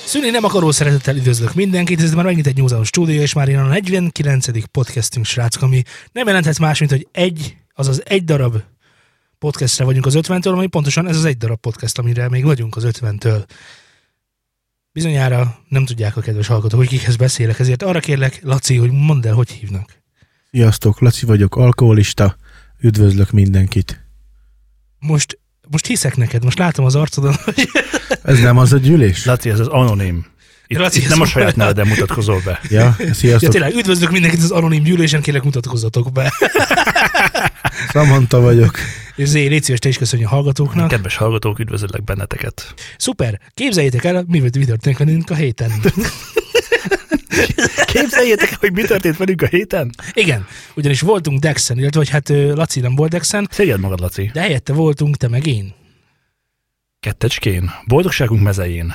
Szűni nem akaró szeretettel üdvözlök mindenkit, ez már megint egy Nyúzános stúdió, és már jön a 49. podcastünk, srácok, ami nem jelenthet más, mint hogy egy darab podcastre vagyunk az 50-től, ami pontosan ez az egy darab podcast, amire még vagyunk az 50-től. Bizonyára nem tudják a kedves hallgatók, hogy kikhez beszélek, ezért arra kérlek, Laci, hogy mondd el, hogy hívnak. Sziasztok, Laci vagyok, alkoholista, üdvözlök mindenkit. Most hiszek neked, most látom az arcodon, hogy... Ez nem az a gyűlés? Laci, ez az anonim. Itt nem a saját neveden mutatkozol be. Ja, sziasztok. Ja, tényleg, üdvözlök mindenkit az anonim gyűlésen, kérlek mutatkozzatok be. Samantha vagyok. És Zé, légy szíves, te is köszönjük a hallgatóknak. Kedves hallgatók, üdvözöllek benneteket. Szuper, képzeljétek el, mi történik velünk a héten. Képzeljétek el, hogy mi történt velünk a héten? Igen, ugyanis voltunk Dexen, illetve hogy hát Laci nem volt Dexen. Szégyed magad, Laci. De helyette voltunk, te meg én. Kettecskén, boldogságunk mezején.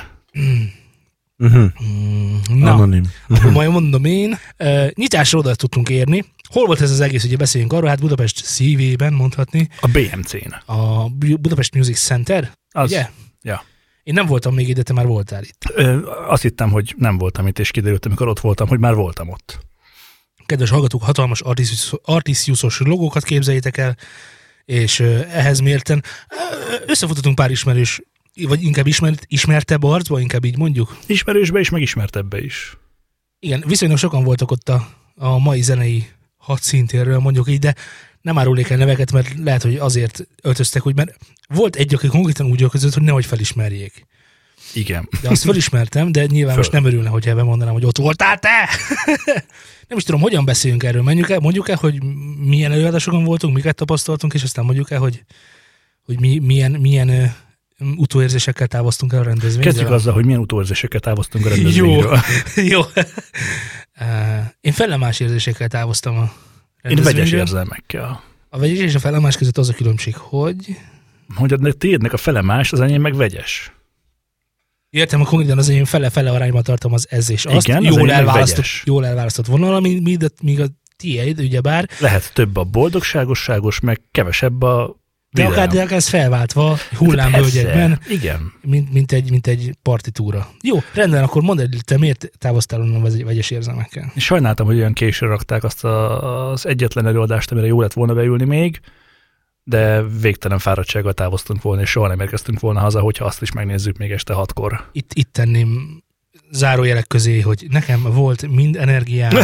Na, Anonim. majd mondom én. Nyitásra oda tudtunk érni. Hol volt ez az egész, ugye beszéljünk arról, hát Budapest szívében mondhatni. A BMC-n. A Budapest Music Center, Az, ugye? Ja. Én nem voltam még ide, te már voltál itt. Azt hittem, hogy nem voltam itt, és kiderült, amikor ott voltam, hogy már voltam ott. Kedves hallgatók, hatalmas Artisiusos logókat képzeljétek el, és ehhez mérten összefutottunk pár ismerős, vagy inkább ismertebb arcba, inkább így mondjuk. Ismerősbe is, meg ismertebbe is. Igen, viszonylag sokan voltak ott a mai zenei hadszintérről, mondjuk így, de nem árulnék el neveket, mert lehet, hogy azért öltöztek úgy, mert volt egy, aki konkrétan úgy öltözött, hogy nehogy felismerjék. Igen. De azt felismertem, de nyilván most nem örülne, hogyha ebben mondanám, hogy ott voltál te! Nem is tudom, hogyan beszéljünk erről. Mondjuk el, hogy milyen előadásokon voltunk, miket tapasztaltunk, és aztán mondjuk el, hogy milyen utóérzésekkel távoztunk el a rendezvényről. Kezdjük azzal, hogy milyen utóérzésekkel távoztunk a rendezvényről. Jó. Én fellemás érzésekkel távoztam a rendezvényről. Én vegyes érzelmekkel. A vegyes és a fellemás között az a különbség, hogy a tiédnek a felemás, az enyém meg vegyes. Értem, a konkrétan az én fele-fele arányban tartom az ez és azt. Igen, jól elválasztott vonal, míg a tiéd, ugyebár. Lehet több a boldogságosságos, meg kevesebb a de akár ez felváltva hullámvölgyekben, igen. Mint egy partitúra. Jó, rendben, akkor mondd el, te miért távoztál onnan vegyes érzelmekkel? Sajnáltam, hogy olyan későn rakták azt az egyetlen előadást, amire jó lett volna beülni még, de végtelen fáradtsággal távoztunk volna, és soha nem érkeztünk volna haza, hogyha azt is megnézzük még este 6-kor. Itt tenném zárójelek közé, hogy nekem volt mind energiám,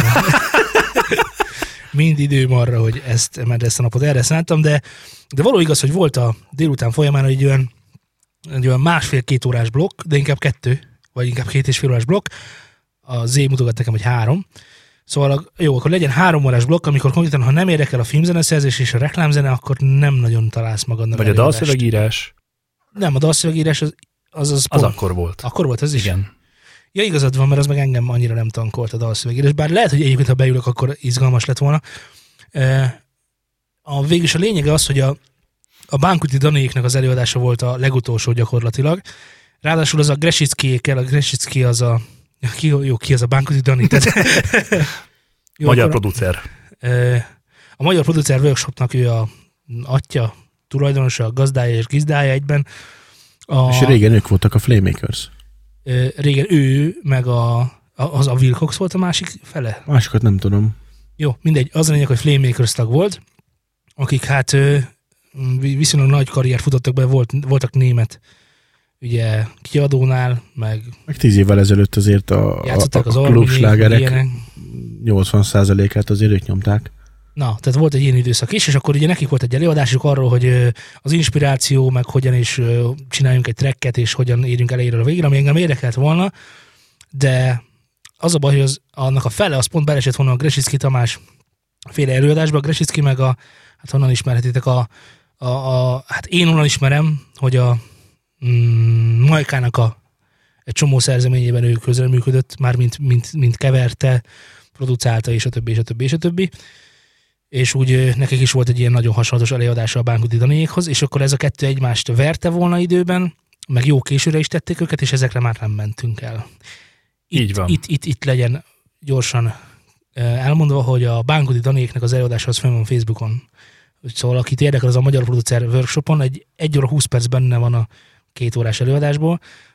mind időm arra, hogy ezt a napot erre szántam, de való igaz, hogy volt a délután folyamán egy olyan 1,5-2 órás blokk, de inkább 2, vagy inkább 2,5 órás blokk. A Z mutogat nekem, hogy 3. Szóval jó, akkor legyen 3 órás blokk, amikor konkrétan, ha nem érdekel a filmzeneszerzés és a reklámzene, akkor nem nagyon találsz magadnak. Vagy a dalszövegírás. Nem, a dalszövegírás az akkor volt. Akkor volt, az is? Igen. Ja, igazad van, mert az meg engem annyira nem tankolt a dalszövegírás, bár lehet, hogy egyébként, ha beülök, akkor izgalmas lett volna. Végülis a lényege az, hogy a Bánkuti Daniéknak az előadása volt a legutolsó gyakorlatilag. Ráadásul az a Gresickiékkel, a Gresicki az a... Ki az a Bánkuti Dani? Magyar producer. A Magyar Producer Workshopnak ő a atya, tulajdonosa, a gazdája és gizdája egyben. És régen ők voltak a Flamemakers. Régen ő, meg az a Wilcox volt a másik fele? Másikat nem tudom. Jó, mindegy. Az a lényeg, hogy Flamemakers tag volt, akik hát viszonylag nagy karriert futottak be, voltak német ugye kiadónál, meg 10 évvel ezelőtt azért a klubslágerek 80%-át azért ők nyomták. Na, tehát volt egy ilyen időszak is, és akkor ugye nekik volt egy előadásuk arról, hogy az inspiráció, meg hogyan is csináljunk egy tracket, és hogyan érjünk elejéről a végre, ami engem érdekelt volna, de az a baj, hogy annak a fele, az pont belesett volna a Gresicki Tamás féle előadásba, a Gresicki meg hát honnan ismerhetitek hát én onnan ismerem, hogy a Majkának egy csomó szerzeményében ő közreműködött, már mint keverte, producálta, és a többi. És úgy nekik is volt egy ilyen nagyon hasonlatos előadása a Bánkuti Daniékhoz, és akkor ez a kettő egymást verte volna időben, meg jó későre is tették őket, és ezekre már nem mentünk el. Így van. Itt legyen gyorsan elmondva, hogy a Bánkuti Daniéknek az előadása az fenn van Facebookon. Szóval akit érdekel, az a Magyar Producer Workshopon, 1 óra 20 perc benne van a 2 órás előadásból.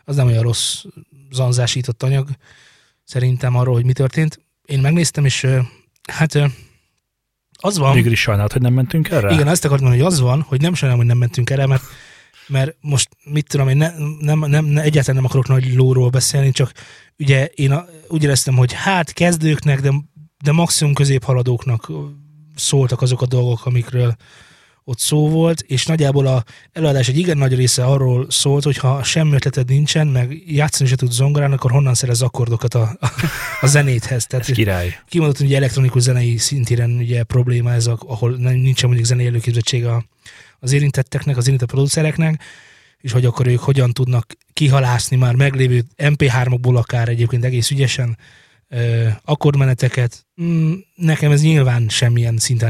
az nem olyan rossz zanzásított anyag szerintem arról, hogy mi történt. Én megnéztem, és hát az van... Végül is sajnálod, hogy nem mentünk erre? Igen, azt akartam mondani, hogy az van, hogy nem sajnálom, hogy nem mentünk erre, mert most mit tudom, én egyáltalán nem akarok nagy lóról beszélni, csak ugye én úgy éreztem, hogy hát kezdőknek, de maximum középhaladóknak szóltak azok a dolgok, amikről ott szó volt, és nagyjából az előadás egy igen nagy része arról szólt, hogy ha semmi ötleted nincsen, meg játszani se tudsz zongorán, akkor honnan szerez akkordokat a zenéthez. Tehát ez király. Kimondott, hogy elektronikus zenei szintéren ugye probléma ez, ahol nincsen mondjuk zenei előképzettség az érintetteknek, az érintett producereknek, és hogy akkor ők hogyan tudnak kihalászni már meglévő MP3-okból akár egyébként egész ügyesen akkordmeneteket. Nekem ez nyilván semmilyen szinten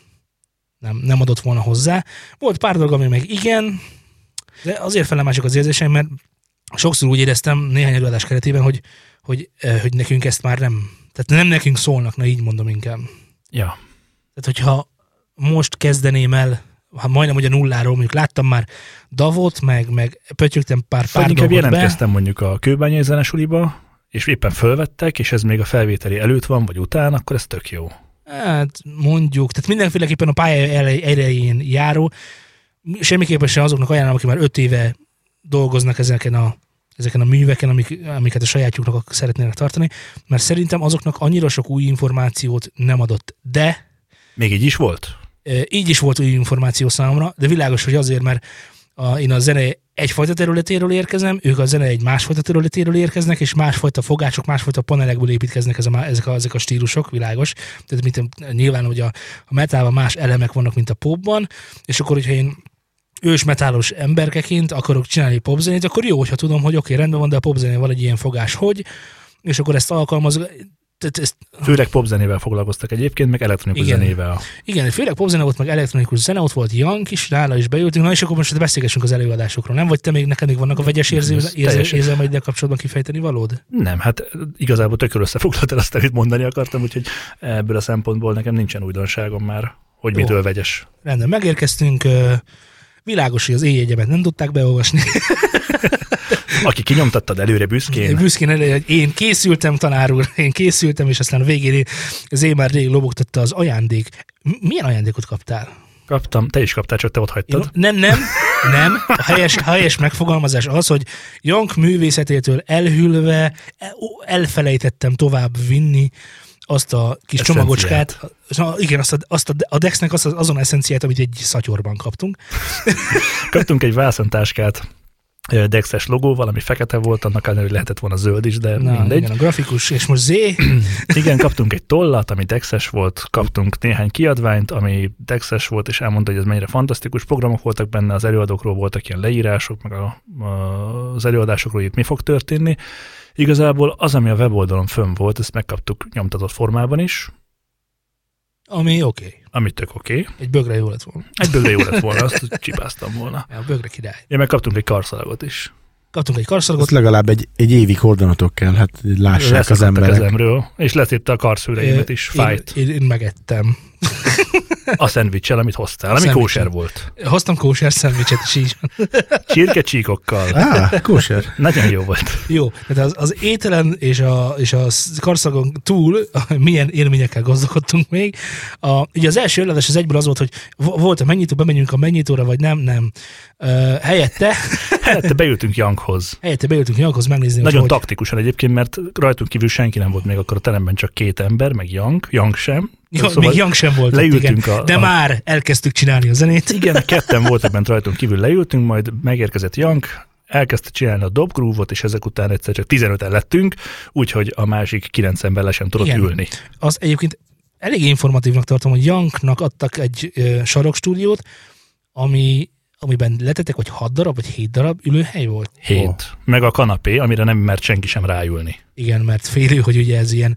nem adott volna hozzá. Volt pár dolog, ami meg igen, de azért felemások az érzéseim, mert sokszor úgy éreztem néhány előadás keretében, hogy nekünk ezt már nem, tehát nem nekünk szólnak, na így mondom inkább. Ja. Tehát hogyha most kezdeném el, majdnem hogy a nulláról, mondjuk láttam már Davot, meg pötyögtem pár dolgot be. Jelentkeztem mondjuk a Kőbányai Zenesuliba, és éppen fölvettek, és ez még a felvételi előtt van, vagy után, akkor ez tök jó. Hát mondjuk, tehát mindenféleképpen a pálya elején járó, semmiképpen sem azoknak ajánlom, akik már 5 éve dolgoznak ezeken a műveken, amiket a sajátjuknak szeretnének tartani, mert szerintem azoknak annyira sok új információt nem adott. De... Még így is volt? Így is volt új információ számomra, de világos, hogy azért, mert én a zene egyfajta területéről érkezem, ők a zene egy másfajta területéről érkeznek, és másfajta fogások, másfajta panelekből építkeznek ezek a stílusok, világos. Tehát nyilván, hogy a metálban más elemek vannak, mint a popban, és akkor, hogyha én ős metálos emberkeként akarok csinálni popzenét, akkor jó, hogyha tudom, hogy oké, rendben van, de a popzenén van egy ilyen fogás, hogy, és akkor ezt alkalmazok. Főleg popzenével foglalkoztak egyébként, meg elektronikus zenével. Igen, főleg popzene volt, meg elektronikus zene, ott volt Jank is, nála is beültünk, na és akkor most beszélgessünk az előadásokról. Nem vagy te neked még vannak a vegyes érzelmeiddel kapcsolatban kifejteni valód? Nem, hát igazából tökről összefoglaltál azt, amit mondani akartam, úgyhogy ebből a szempontból nekem nincsen újdonságom már, hogy mitől vegyes. Rendben, megérkeztünk, világos, hogy az éjjegyemet nem tudták beolvasni. Aki kinyomtattad előre büszkén. Büszkén előre, hogy én készültem, tanár úr, és aztán a végén az én már rég lobogtatta az ajándék. Milyen ajándékot kaptál? Kaptam, te is kaptál, csak te ott hagytad. Nem. A helyes megfogalmazás az, hogy Jank művészetétől elhűlve elfelejtettem tovább vinni azt a kis csomagocskát, igen, a Dexnek azon eszenciát, amit egy szatyorban kaptunk. Kaptunk egy vászontáskát Dexes logóval, ami fekete volt, annak ellenére, hogy lehetett volna zöld is, de mindegy. Igen, a grafikus, és most Z. Igen, kaptunk egy tollat, ami Dexes volt, kaptunk néhány kiadványt, ami Dexes volt, és elmondta, hogy ez mennyire fantasztikus programok voltak benne, az előadókról voltak ilyen leírások, meg az előadásokról itt mi fog történni. Igazából az, ami a weboldalon fönn volt, ezt megkaptuk nyomtatott formában is. Ami oké. Ami tök oké. Egy bögre jó lett volna. Azt csipáztam volna. Ja, a bögre király. Ja, meg kaptunk egy karszalagot is. Ezt legalább egy évi kordonatok kell, hát lássák az emberek. Kezemről, és letépte a karszőreimet is, fájt. Én megettem. A szendvicsel, amit hoztál, ami kóser volt. Hoztam kóser szendvicset is így. Csirkecsíkokkal. Kóser. Nagyon jó volt. Jó, tehát az ételen és a karszagon túl milyen élményekkel gazdagodtunk még. Ugye az első előadás az egyből az volt, hogy volt a mennyitó, bemegyünk a mennyitóra, vagy nem. Helyette beültünk Jankhoz. Megnézni. Nagyon taktikusan egyébként, mert rajtunk kívül senki nem volt még akkor a teremben, csak 2 ember, meg Jank sem. Szóval még Jank sem volt. Leültünk de már elkezdtük csinálni a zenét. Igen, 2 voltak bent rajtunk kívül, leültünk, majd megérkezett Jank, elkezdte csinálni a dobgroove-ot, és ezek után egyszer csak 15-en lettünk, úgyhogy a másik 9 ember le sem tudott ülni. Az egyébként elég informatívnak tartom, hogy Janknak adtak egy sarokstúdiót, amiben letettek, hogy 6 darab, vagy 7 darab ülőhely volt? 7. Meg a kanapé, amire nem mert senki sem ráülni. Igen, mert félő, hogy ugye ez ilyen,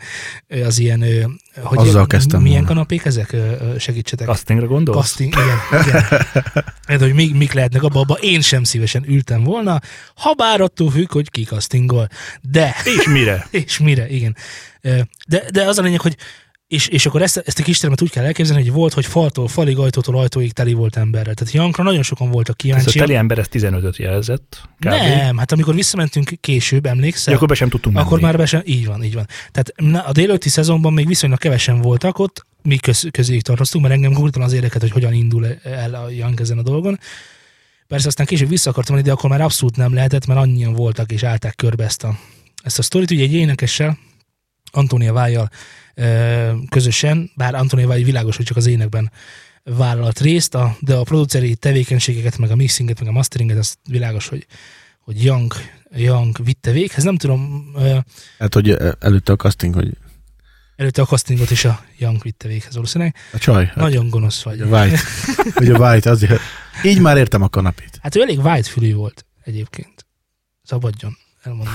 hogy azzal kezdtem milyen volna. Kanapék ezek? Segítsetek. Castingra gondolsz? Casting, igen. Hát, hogy mik lehetnek abba én sem szívesen ültem volna, ha bár attól függ, hogy ki castingol. De... És mire? És mire, igen. De az a lényeg, hogy És akkor ezt a kis termet úgy kell elképzelni, hogy volt, hogy faltól falig, ajtótól ajtóig teli volt emberrel. Tehát Youngra nagyon sokan voltak kíváncsiak. Ez a teli ember, ez 15-öt jelzett? Kb. Nem, hát amikor visszamentünk később, emlékszel? Akkor be sem tudtunk menni. Akkor már be sem, így van. Tehát a délelőtti szezonban még viszonylag kevesen voltak ott, mi közéjük tartoztunk, mert engem konkrétan az érdekelt, hogy hogyan indul el a Young ezen a dolgon. Persze aztán később vissza akartam menni, de akkor már abszolút nem lehetett, mert annyian voltak és állták körbe ezt a sztorit. Ugye egy énekessel, Antonia Vájjal közösen, bár Antonia Váj világos, hogy csak az énekben vállalt részt, de a produceri tevékenységeket, meg a mixinget, meg a masteringet, az világos, hogy Young vitte véghez. Nem tudom... Hát, hogy előtte a casting, hogy... Előtte a castingot is a Young vitte véghez valószínűleg. A csaj. Nagyon gonosz vagy. A White. Hogy a White, azért. Így már értem a kanapét. Hát ő elég white fülű volt egyébként. Szabadjon, elmondom.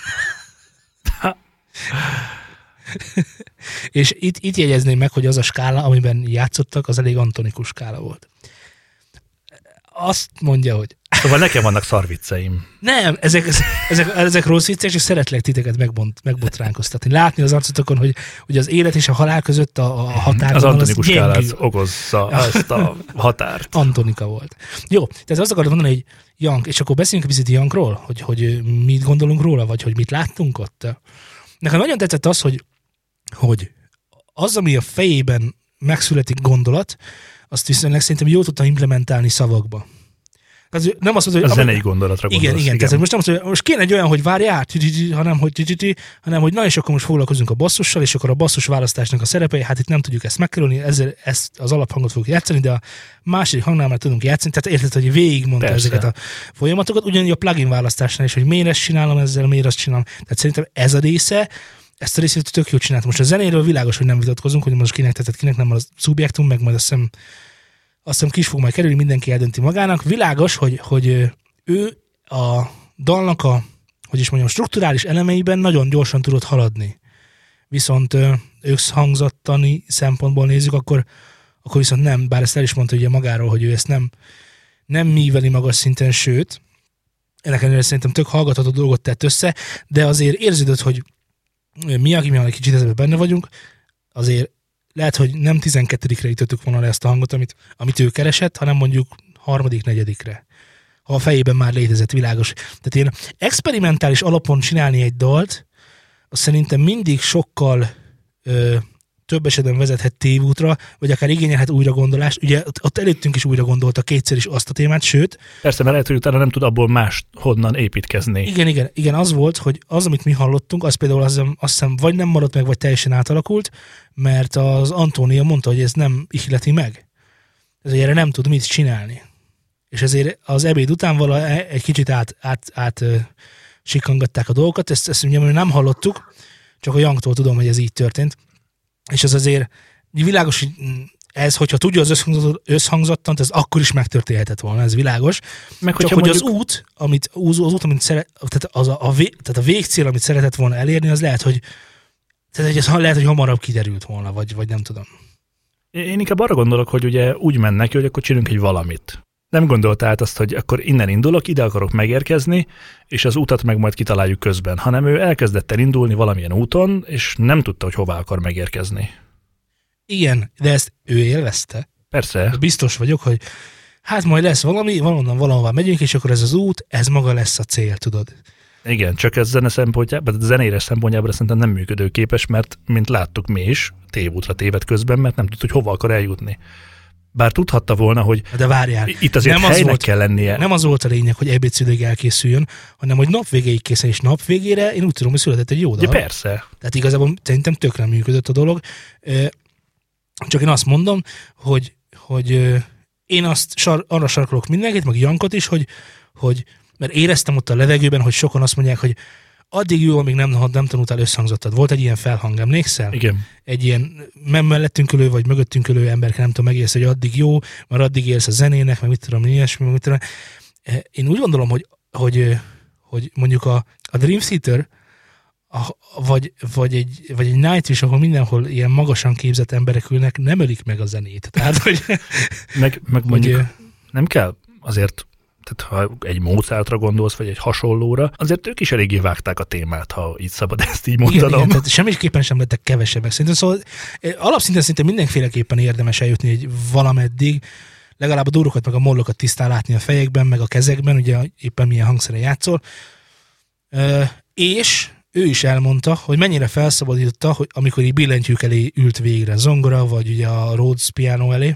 És itt jegyezném meg, hogy az a skála, amiben játszottak, az elég antonikus skála volt. Azt mondja, hogy... Szóval nekem vannak szarvicceim. Nem, ezek rossz viccek, és szeretlek titeket megbotránkoztatni. Látni az arcotokon, hogy az élet és a halál között a határ... Az antonikus skálát okozza azt a határt. Antonika volt. Jó, tehát azt akarod mondani, hogy Young, és akkor beszéljünk egy picit Youngról, hogy mit gondolunk róla, vagy hogy mit láttunk ott. Nekem nagyon tetszett az, hogy az, ami a fejében megszületik gondolat, azt viszonylag szerintem jól tudta implementálni szavakba. Tehát nem azt mondta, hogy... A zenei gondolatra gondolsz. Igen. Tehát most nem azt mondja, hogy most kéne egy olyan, hogy várjál, hanem hogy na és akkor most foglalkozunk a basszussal, és akkor a basszus választásnak a szerepei, hát itt nem tudjuk ezt megkerülni, ezért ezt az alaphangot fogjuk játszani, de a második hangnál már tudunk játszani, tehát érted, hogy végigmondta ezeket a folyamatokat, ugyanígy a plugin választásnál is, hogy miért ezt csinálom ezzel, miért azt csinálom. Tehát szerintem ez a része, ezt a részét tök jól csinált. Most a zenéről világos, hogy nem vitatkozunk, hogy most kinek tetszett, kinek nem, az szubjektum, meg majd azt hiszem ki is fog majd kerülni, mindenki eldönti magának. Világos, hogy ő a dalnak strukturális elemeiben nagyon gyorsan tudott haladni. Viszont összhangzattani szempontból nézzük, akkor viszont nem, bár ezt el is mondta ugye magáról, hogy ő ezt nem míveli magas szinten, sőt, ennek ellenére szerintem tök hallgatható dolgot tett össze, de azért érződött, hogy mi, akik egy kicsit ezzel benne vagyunk, azért lehet, hogy nem 12-re ütöttük volna le ezt a hangot, amit ő keresett, hanem mondjuk 3., 4-re. Ha a fejében már létezett, világos. Tehát ilyen experimentális alapon csinálni egy dalt, az szerintem mindig sokkal több esetben vezethet tévútra, vagy akár igényelhet újragondolást. Ugye ott előttünk is újra gondolta kétszer is azt a témát, sőt... Persze, mert lehet, hogy utána nem tud abból más honnan építkezni. Igen, az volt, hogy az, amit mi hallottunk, az például azt hiszem vagy nem maradt meg, vagy teljesen átalakult, mert az Antónia mondta, hogy ez nem ihleti meg. Ezért erre nem tud mit csinálni. És ezért az ebéd után valahogy egy kicsit át sikkangatták a dolgokat, ezt ugye nem hallottuk, csak a Youngtól tudom, hogy ez így történt. És az azért világos, hogy ez, hogyha tudja az összhangzottant, ez akkor is megtörténhetett volna, ez világos. Meg csak hogy az út, amit tehát a végcél, amit szeretett volna elérni, az lehet, hogy hamarabb kiderült volna, vagy nem tudom. Én inkább arra gondolok, hogy ugye úgy mennek, hogy akkor csinálunk egy valamit. Nem gondolta át azt, hogy akkor innen indulok, ide akarok megérkezni, és az utat meg majd kitaláljuk közben, hanem ő elkezdett el indulni valamilyen úton, és nem tudta, hogy hová akar megérkezni. Igen, de ezt ő élvezte. Persze. Biztos vagyok, hogy hát majd lesz valami, valahova megyünk, és akkor ez az út, ez maga lesz a cél, tudod. Igen, csak ez zene szempontjából, zenére szempontjából szerintem nem működőképes, mert mint láttuk mi is, tévútra téved közben, mert nem tudta, hogy hova akar eljutni. Bár tudhatta volna, hogy de várjál, itt azért nem helynek kell lennie. Nem az volt a lényeg, hogy ebédszülig elkészüljön, hanem hogy nap végéig készen, és nap végére én úgy tudom, hogy született egy jó dal. De persze. Tehát igazából szerintem tökre működött a dolog. Csak én azt mondom, hogy én arra sarkolok mindenkit, meg Jankot is, hogy mert éreztem ott a levegőben, hogy sokan azt mondják, hogy addig jó, amíg nem tanultál összhangzottat. Volt egy ilyen felhang, emlékszel? Igen. Egy ilyen mellettünk ülő, vagy mögöttünk ülő emberke, nem tudom, megérsz, hogy addig jó, mert addig érsz a zenének, meg mit tudom, ilyesmi, meg mit tudom. Én úgy gondolom, hogy mondjuk a Dream Theater, vagy egy Nightwish, ahol mindenhol ilyen magasan képzett emberek ülnek, nem ölik meg a zenét. Tehát, hogy... meg mondjuk nem kell azért tehát ha egy Mozartra gondolsz, vagy egy hasonlóra, azért ők is eléggé vágták a témát, ha így szabad ezt így mondanom. Igen, tehát semmiképpen sem lettek kevesebbek. Szerintem szóval alapszinten szinte mindenféleképpen érdemes eljutni egy valameddig, legalább a dúrokat meg a mollokat tisztán látni a fejekben, meg a kezekben, ugye éppen milyen hangszeren játszol. És ő is elmondta, hogy mennyire felszabadította, hogy amikor így billentyűk elé ült végre a zongora, vagy ugye a Rhodes piano elé.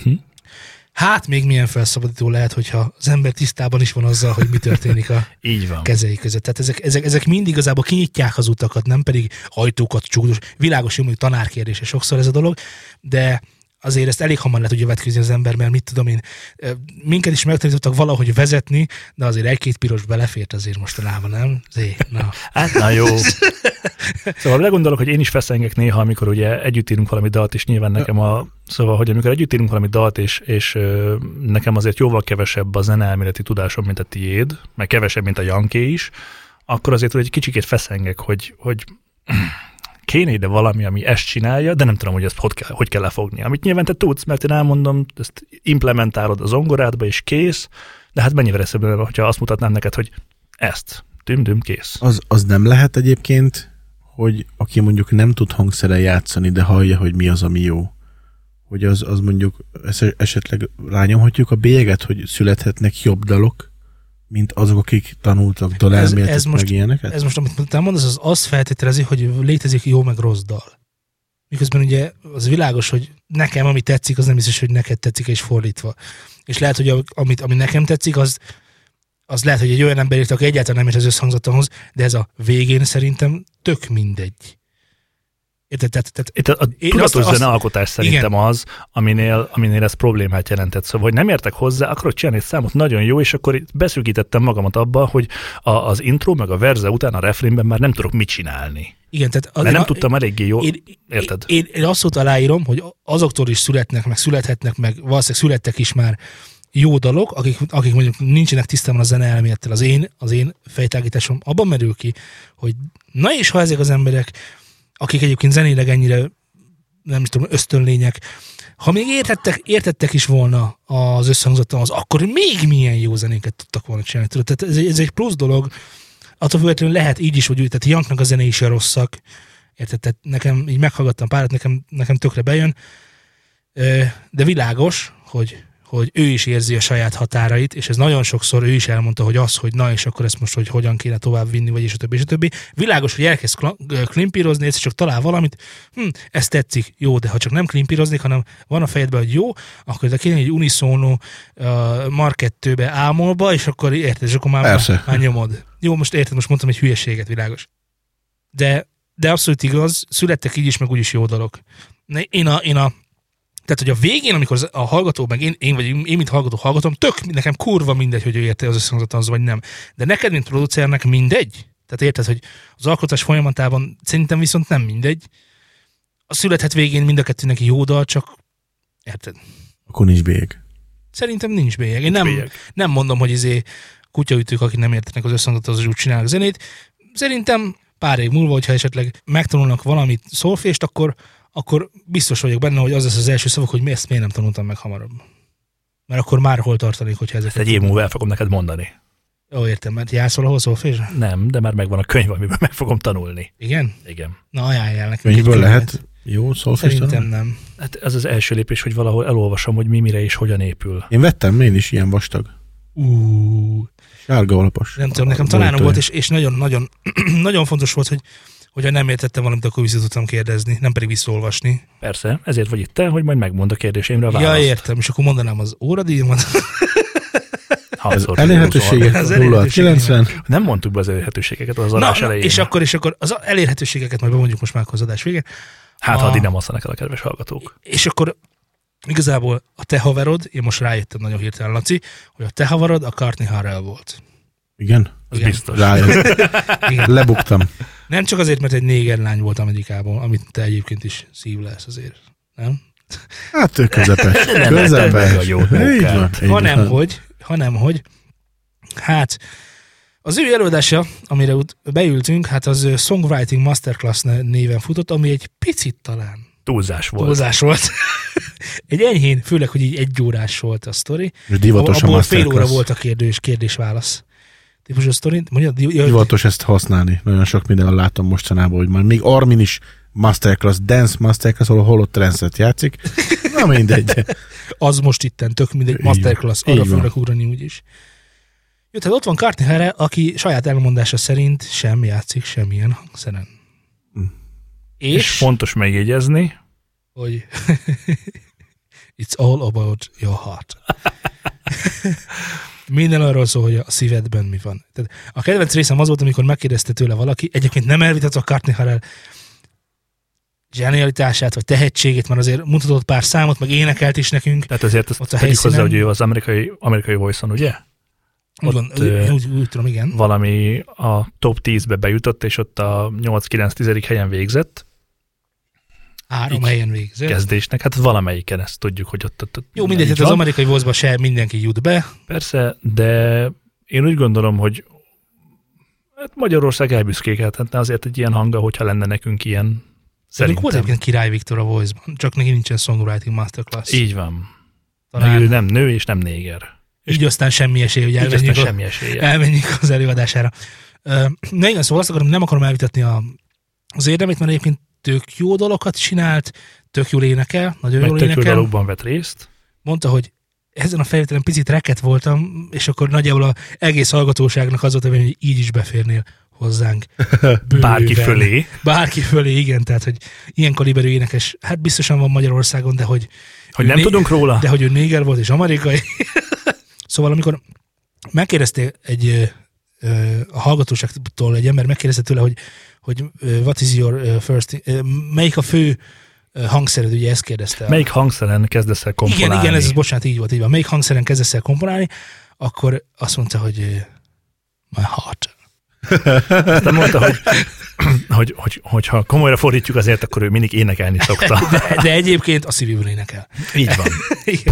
Hát még milyen felszabadító lehet, hogyha az ember tisztában is van azzal, hogy mi történik a így van. Kezei között. Tehát ezek mind igazából kinyitják az utakat, nem pedig ajtókat csukdos. Világos, hogy tanárkérdése sokszor ez a dolog, de azért ezt elég hamar le tudja vetkőzni az ember, mert mit tudom én, minket is megtanítottak valahogy vezetni, de azért egy-két piros belefért azért mostanában, nem? Na. Hát, na jó. Szóval legondolok, hogy én is feszengek néha, amikor ugye együtt írunk valami dalt, és nyilván nekem Szóval, hogy amikor együtt írunk valami dalt, és nekem azért jóval kevesebb a zeneelméleti tudásom, mint a tiéd, meg kevesebb, mint a Janké is, akkor azért egy kicsikét feszengek, hogy kéne ide valami, ami ezt csinálja, de nem tudom, hogy ezt hogy kell lefogni. Amit nyilván te tudsz, mert én elmondom, ezt implementálod a zongorádba, és kész, de hát mennyivel eszembe, hogyha azt mutatnám neked, hogy ezt, tüm-tüm, kész. Az nem lehet egyébként, hogy aki mondjuk nem tud hangszeren játszani, de hallja, hogy mi az, ami jó. Hogy az mondjuk esetleg rányomhatjuk a bélyeget, hogy születhetnek jobb dalok, mint azok, akik tanultak dalelméletet, meg ilyeneket? Ez most, amit te mondasz, az feltételezi, hogy létezik jó meg rossz dal. Miközben ugye az világos, hogy nekem, ami tetszik, az nem biztos, hogy neked tetszik, és fordítva. És lehet, hogy ami nekem tetszik, az lehet, hogy egy olyan ember írta, aki egyáltalán nem ért az összhangzathoz, de ez a végén szerintem tök mindegy. Itt a tudatos zenealkotás szerintem igen. Az, aminél ez problémát jelentett. Szóval, hogy nem értek hozzá, akarok csinálni egy számot, nagyon jó, és akkor beszűkítettem magamat abba, hogy az intro meg a verze után a refrénben már nem tudok mit csinálni. Igen, tehát mert nem tudtam eléggé jól, érted? Én azt aláírom, hogy azoktól is születnek, meg születhetnek, meg valószínűleg születtek is már jó dalok, akik mondjuk nincsenek tisztában a zeneelmélettel. Az én fejtágításom abban merül ki, hogy na és ha ezek az emberek, akik egyébként zenéleg ennyire, nem is tudom, ösztönlények, ha még értettek is volna az összhangzattalhoz, akkor még milyen jó zenéket tudtak volna csinálni. Tehát ez egy plusz dolog, attól függetlenül lehet így is, hogy tehát Janknak a zené is rosszak, érted? Tehát nekem így meghallgattam párat, nekem tökre bejön, de világos, hogy ő is érzi a saját határait, és ez nagyon sokszor ő is elmondta, hogy na és akkor ezt most, hogy hogyan kéne tovább vinni, vagy és a többi, és a többi. Világos, hogy elkezd klimpírozni, és csak talál valamit, ez tetszik, jó, de ha csak nem klimpíroznék, hanem van a fejedben, hogy jó, akkor kéne egy unisono Mark 2-be ámolba, és akkor érted, és akkor már nyomod. Jó, most érted, most mondtam egy hülyeséget, világos. De abszolút igaz, születtek így is, meg úgy is jó dalok. Tehát, hogy a végén, amikor a hallgató, meg én mint hallgató hallgatom, nekem kurva mindegy, hogy ő érte az összhangzatot, vagy nem. De neked, mint producernek mindegy? Tehát érted, hogy az alkotás folyamatában szerintem viszont nem mindegy. A születhet végén mind a kettőnek jó dal, csak érted? Akkor nincs bélyeg. Szerintem nincs bélyeg. Én nem mondom, hogy kutyaütők, akik nem értenek az összhangzathoz, úgy csinálnak zenét. Szerintem pár év múlva, hogyha esetleg megtanulnak valamit szolfést, akkor biztos vagyok benne, hogy az lesz az első szavuk, hogy ezt miért nem tanultam meg hamarabb. Mert akkor már hol tartanék, hogyha ezek... Egy év múlva el fogom neked mondani. Ó, értem, mert jársz valahol szolfésre? Nem, de már megvan a könyv, amiben meg fogom tanulni. Igen? Igen. Na, ajánljál nekem. Könyvből lehet jó szolfés tanulni? Szerintem nem. Hát ez az első lépés, hogy valahol elolvasom, hogy mire és hogyan épül. Én vettem, én is ilyen vastag. Sárga alapos. Nem tudom, nekem tanárom volt, és nagyon, nagyon fontos volt, hogyha nem értettem valamit, akkor vissza tudtam kérdezni, nem pedig visszaolvasni. Persze, ezért vagy itt te, hogy majd megmond a kérdéseimre a választ. Ja, értem, és akkor mondanám az óradíjamat. Elérhetőségek 0-90. Nem mondtuk be az elérhetőségeket az adás elején. És akkor az elérhetőségeket majd bemondjuk most már az adás végén. Hát, ha addig nem alszanak el a kedves hallgatók. És akkor igazából a te haverod, én most rájöttem nagyon hirtelen, Laci, hogy a te haverod a Courtney Harrell volt. Igen? Az igen. Biztos. Igen. Lebuktam. Nem csak azért, mert egy néger lány volt Amerikából, amit te egyébként is szívlelsz azért, nem? Hát közepes. Közepes. Hanem, hogy hát az ő előadása, amire beültünk, hát az Songwriting Masterclass néven futott, ami egy picit talán Túlzás volt. Túlzás volt. Egy enyhén, főleg, hogy így 1 órás volt a sztori. Divatos abból fél óra volt a kérdés-válasz. Típusú sztori. Divatos ezt használni. Nagyon sok mindennel látom mostanában, hogy már még Armin is Masterclass, Dance Masterclass, ahol Hollow Trance-et játszik. Na mindegy. Az most itten tök mindegy. Masterclass. Arra fognak ugrani úgyis. Jó, tehát ott van Courtney Hare, aki saját elmondása szerint sem játszik semmilyen hangszeren. És fontos megjegyezni, hogy it's all about your heart. Minden arról szól, hogy a szívedben mi van. Tehát a kedvenc részem az volt, amikor megkérdezte tőle valaki, egyébként nem elvitatva Courtney Hare zsenialitását, vagy tehetségét, mert azért mutatott pár számot, meg énekelt is nekünk. Tehát azért azt tegyük hozzá, hogy ő az amerikai Voice-on, ugye? Ott, úgy tudom, igen. Valami a top 10-be bejutott, és ott a 8-9-10. helyen végzett. 3 helyen végzett. Kezdésnek, hát valamelyiken ezt tudjuk, hogy ott jó, mindegy, hát az amerikai Voice-ba se mindenki jut be. Persze, de én úgy gondolom, hogy hát Magyarország elbüszkélhetne azért egy ilyen hanga, hogyha lenne nekünk ilyen. Szerintem volt egyébként Király Viktor a Voice-ban, csak neki nincsen Songwriting Masterclass. Így van. Talán... Ő nem nő és nem néger. Így aztán semmi esély, hogy elmenjünk az előadására. Na igen, szóval azt akarom, nem akarom elvitatni az érdemét, mert egyébként tök jó dologat csinált, tök jól énekel, nagyon jól énekel. Tök jó dologban vett részt. Mondta, hogy ezen a felvételen picit reket voltam, és akkor nagyjából az egész hallgatóságnak az volt, hogy így is beférnél hozzánk. Bárki fölé. Bárki fölé, igen, tehát, hogy ilyen kaliberű énekes, hát biztosan van Magyarországon, de hogy nem tudunk róla. De hogy ő néger volt és amerikai. Szóval amikor megkérdezte a hallgatóságtól egy ember, megkérdezte tőle, hogy what is your first, melyik a fő hangszered, ugye ezt kérdezte. Melyik hangszeren kezdesz el komponálni? Igen, ez bocsánat, így volt. Melyik hangszeren kezdesz el komponálni, akkor azt mondta, hogy my heart. Aztán mondta, hogy ha komolyra fordítjuk azért, akkor ő mindig énekelni szokta. De egyébként a szívéből énekel. Így van. Igen.